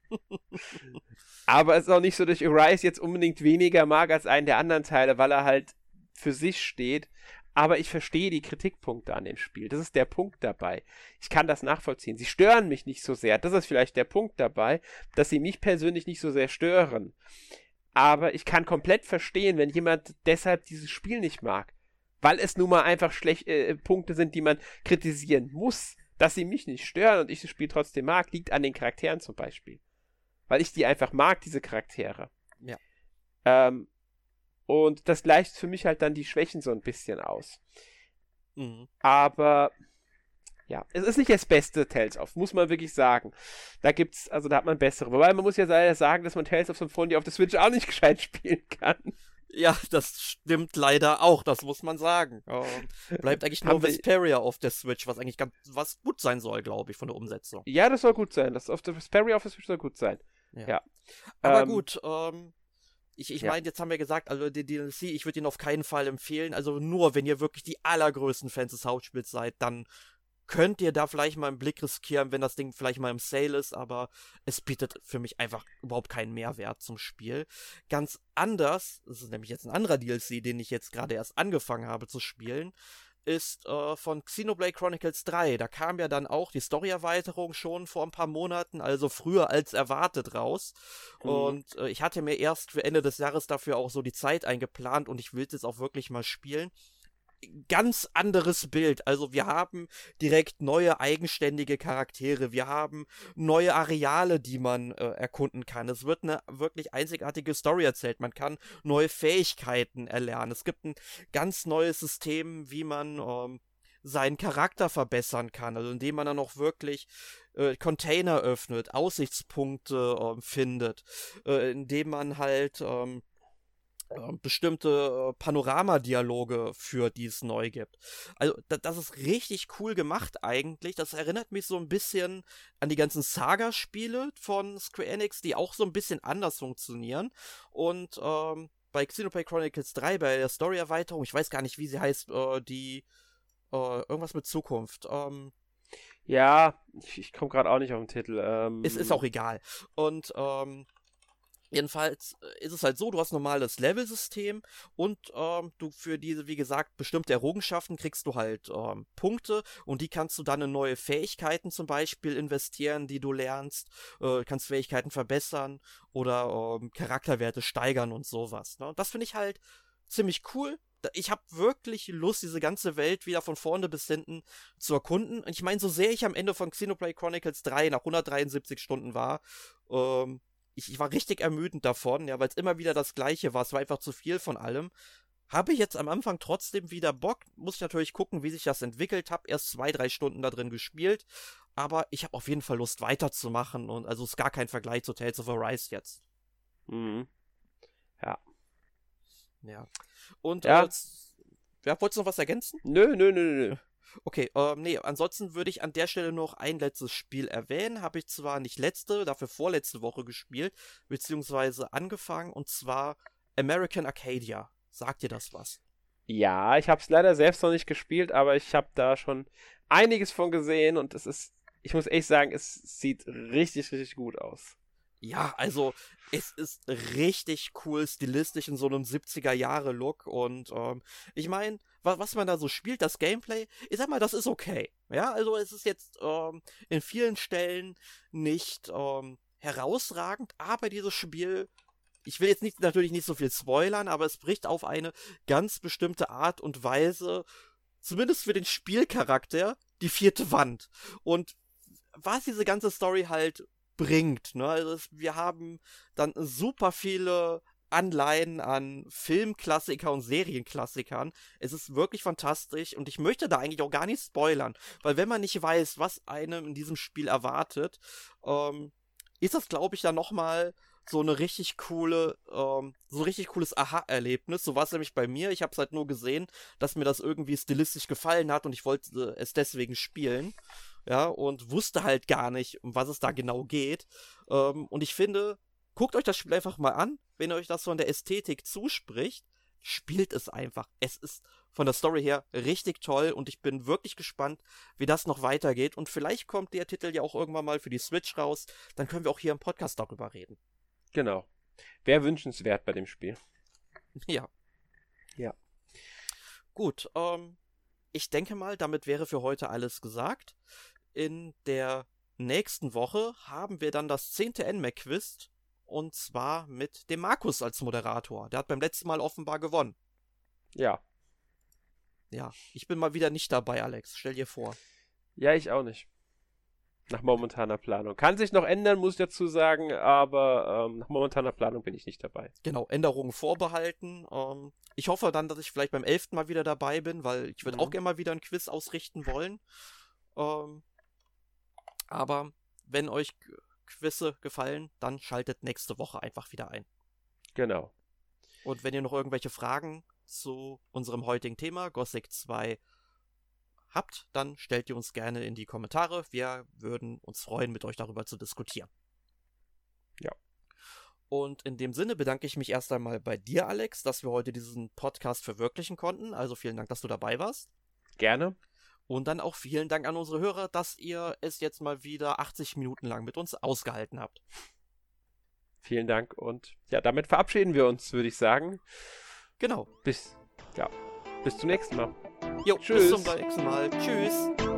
Aber es ist auch nicht so, dass ich Arise jetzt unbedingt weniger mag als einen der anderen Teile, weil er halt für sich steht. Aber ich verstehe die Kritikpunkte an dem Spiel. Das ist der Punkt dabei. Ich kann das nachvollziehen. Sie stören mich nicht so sehr. Das ist vielleicht der Punkt dabei, dass sie mich persönlich nicht so sehr stören. Aber ich kann komplett verstehen, wenn jemand deshalb dieses Spiel nicht mag. Weil es nun mal einfach Punkte sind, die man kritisieren muss. Dass sie mich nicht stören und ich das Spiel trotzdem mag, liegt an den Charakteren zum Beispiel. Weil ich die einfach mag, diese Charaktere. Ja. Und das gleicht für mich halt dann die Schwächen so ein bisschen aus. Mhm. Aber ja, es ist nicht das beste Tales of, muss man wirklich sagen. Da hat man bessere. Wobei man muss ja leider sagen, dass man Tales of Symphonia auf der Switch auch nicht gescheit spielen kann. Ja, das stimmt leider auch, das muss man sagen. Bleibt eigentlich nur Vesperia auf der Switch, was eigentlich was gut sein soll, glaube ich, von der Umsetzung. Ja, das soll gut sein. Das auf der Vesperia auf der Switch soll gut sein. Ja. Aber gut, ich meine, jetzt haben wir gesagt, also den DLC, ich würde ihn auf keinen Fall empfehlen. Also nur, wenn ihr wirklich die allergrößten Fans des Hauptspiels seid, dann könnt ihr da vielleicht mal einen Blick riskieren, wenn das Ding vielleicht mal im Sale ist, aber es bietet für mich einfach überhaupt keinen Mehrwert zum Spiel. Ganz anders, das ist nämlich jetzt ein anderer DLC, den ich jetzt gerade erst angefangen habe zu spielen, ist von Xenoblade Chronicles 3. Da kam ja dann auch die Story-Erweiterung schon vor ein paar Monaten, also früher als erwartet raus. Und ich hatte mir erst für Ende des Jahres dafür auch so die Zeit eingeplant und ich will es jetzt auch wirklich mal spielen. Ganz anderes Bild. Also wir haben direkt neue eigenständige Charaktere. Wir haben neue Areale, die man erkunden kann. Es wird eine wirklich einzigartige Story erzählt. Man kann neue Fähigkeiten erlernen. Es gibt ein ganz neues System, wie man seinen Charakter verbessern kann. Also indem man dann auch wirklich Container öffnet, Aussichtspunkte findet, indem man halt bestimmte Panoramadialoge führt, die es neu gibt. Also, das ist richtig cool gemacht eigentlich. Das erinnert mich so ein bisschen an die ganzen Saga-Spiele von Square Enix, die auch so ein bisschen anders funktionieren. Und bei Xenoblade Chronicles 3, bei der Story-Erweiterung, ich weiß gar nicht, wie sie heißt, irgendwas mit Zukunft. Ja, ich komme gerade auch nicht auf den Titel. Es ist auch egal. Und jedenfalls ist es halt so, du hast ein normales Level-System und du für diese, wie gesagt, bestimmte Errungenschaften kriegst du halt Punkte und die kannst du dann in neue Fähigkeiten zum Beispiel investieren, die du lernst, kannst Fähigkeiten verbessern oder Charakterwerte steigern und sowas. Ne? Das finde ich halt ziemlich cool. Ich habe wirklich Lust, diese ganze Welt wieder von vorne bis hinten zu erkunden. Und ich meine, so sehr ich am Ende von Xenoblade Chronicles 3 nach 173 Stunden war, ich war richtig ermüdend davon, ja, weil es immer wieder das Gleiche war. Es war einfach zu viel von allem. Habe ich jetzt am Anfang trotzdem wieder Bock. Muss ich natürlich gucken, wie sich das entwickelt. Habe erst 2-3 Stunden da drin gespielt. Aber ich habe auf jeden Fall Lust weiterzumachen. Und also ist gar kein Vergleich zu Tales of Arise jetzt. Mhm. Ja. Ja. Und, ja. Wolltest du noch was ergänzen? Nö. Okay, nee, ansonsten würde ich an der Stelle noch ein letztes Spiel erwähnen. Habe ich zwar nicht dafür vorletzte Woche gespielt, beziehungsweise angefangen, und zwar American Arcadia. Sagt dir das was? Ja, ich habe es leider selbst noch nicht gespielt, aber ich habe da schon einiges von gesehen und ich muss echt sagen, es sieht richtig, richtig gut aus. Ja, also es ist richtig cool stilistisch in so einem 70er-Jahre-Look und ich meine, was man da so spielt, das Gameplay, ich sag mal, das ist okay. Ja, also es ist jetzt in vielen Stellen nicht herausragend, aber dieses Spiel, ich will jetzt natürlich nicht so viel spoilern, aber es bricht auf eine ganz bestimmte Art und Weise, zumindest für den Spielcharakter, die vierte Wand. Und was diese ganze Story halt bringt, ne? Also wir haben dann super viele Anleihen an Filmklassiker und Serienklassikern. Es ist wirklich fantastisch und ich möchte da eigentlich auch gar nicht spoilern, weil wenn man nicht weiß, was einem in diesem Spiel erwartet, ist das, glaube ich, dann nochmal so eine richtig coole, so ein richtig cooles Aha-Erlebnis. So war es nämlich bei mir. Ich habe es halt nur gesehen, dass mir das irgendwie stilistisch gefallen hat und ich wollte es deswegen spielen. Ja, und wusste halt gar nicht, um was es da genau geht. Und ich finde, guckt euch das Spiel einfach mal an, wenn euch das von der Ästhetik zuspricht, spielt es einfach. Es ist von der Story her richtig toll und ich bin wirklich gespannt, wie das noch weitergeht. Und vielleicht kommt der Titel ja auch irgendwann mal für die Switch raus. Dann können wir auch hier im Podcast darüber reden. Genau. Wäre wünschenswert bei dem Spiel. Ja. Ja. Gut, ich denke mal, damit wäre für heute alles gesagt. In der nächsten Woche haben wir dann das 10. NMAC-Quiz und zwar mit dem Markus als Moderator. Der hat beim letzten Mal offenbar gewonnen. Ja. Ja, ich bin mal wieder nicht dabei, Alex. Stell dir vor. Ja, ich auch nicht. Nach momentaner Planung. Kann sich noch ändern, muss ich dazu sagen, aber nach momentaner Planung bin ich nicht dabei. Genau, Änderungen vorbehalten. Ich hoffe dann, dass ich vielleicht beim 11. Mal wieder dabei bin, weil ich würde auch gerne mal wieder ein Quiz ausrichten wollen. Aber wenn euch Quizze gefallen, dann schaltet nächste Woche einfach wieder ein. Genau. Und wenn ihr noch irgendwelche Fragen zu unserem heutigen Thema, Gothic 2, habt, dann stellt ihr uns gerne in die Kommentare. Wir würden uns freuen, mit euch darüber zu diskutieren. Ja. Und in dem Sinne bedanke ich mich erst einmal bei dir, Alex, dass wir heute diesen Podcast verwirklichen konnten. Also vielen Dank, dass du dabei warst. Gerne. Und dann auch vielen Dank an unsere Hörer, dass ihr es jetzt mal wieder 80 Minuten lang mit uns ausgehalten habt. Vielen Dank und ja, damit verabschieden wir uns, würde ich sagen. Genau. Bis zum nächsten Mal. Jo, tschüss. Bis zum nächsten Mal. Tschüss.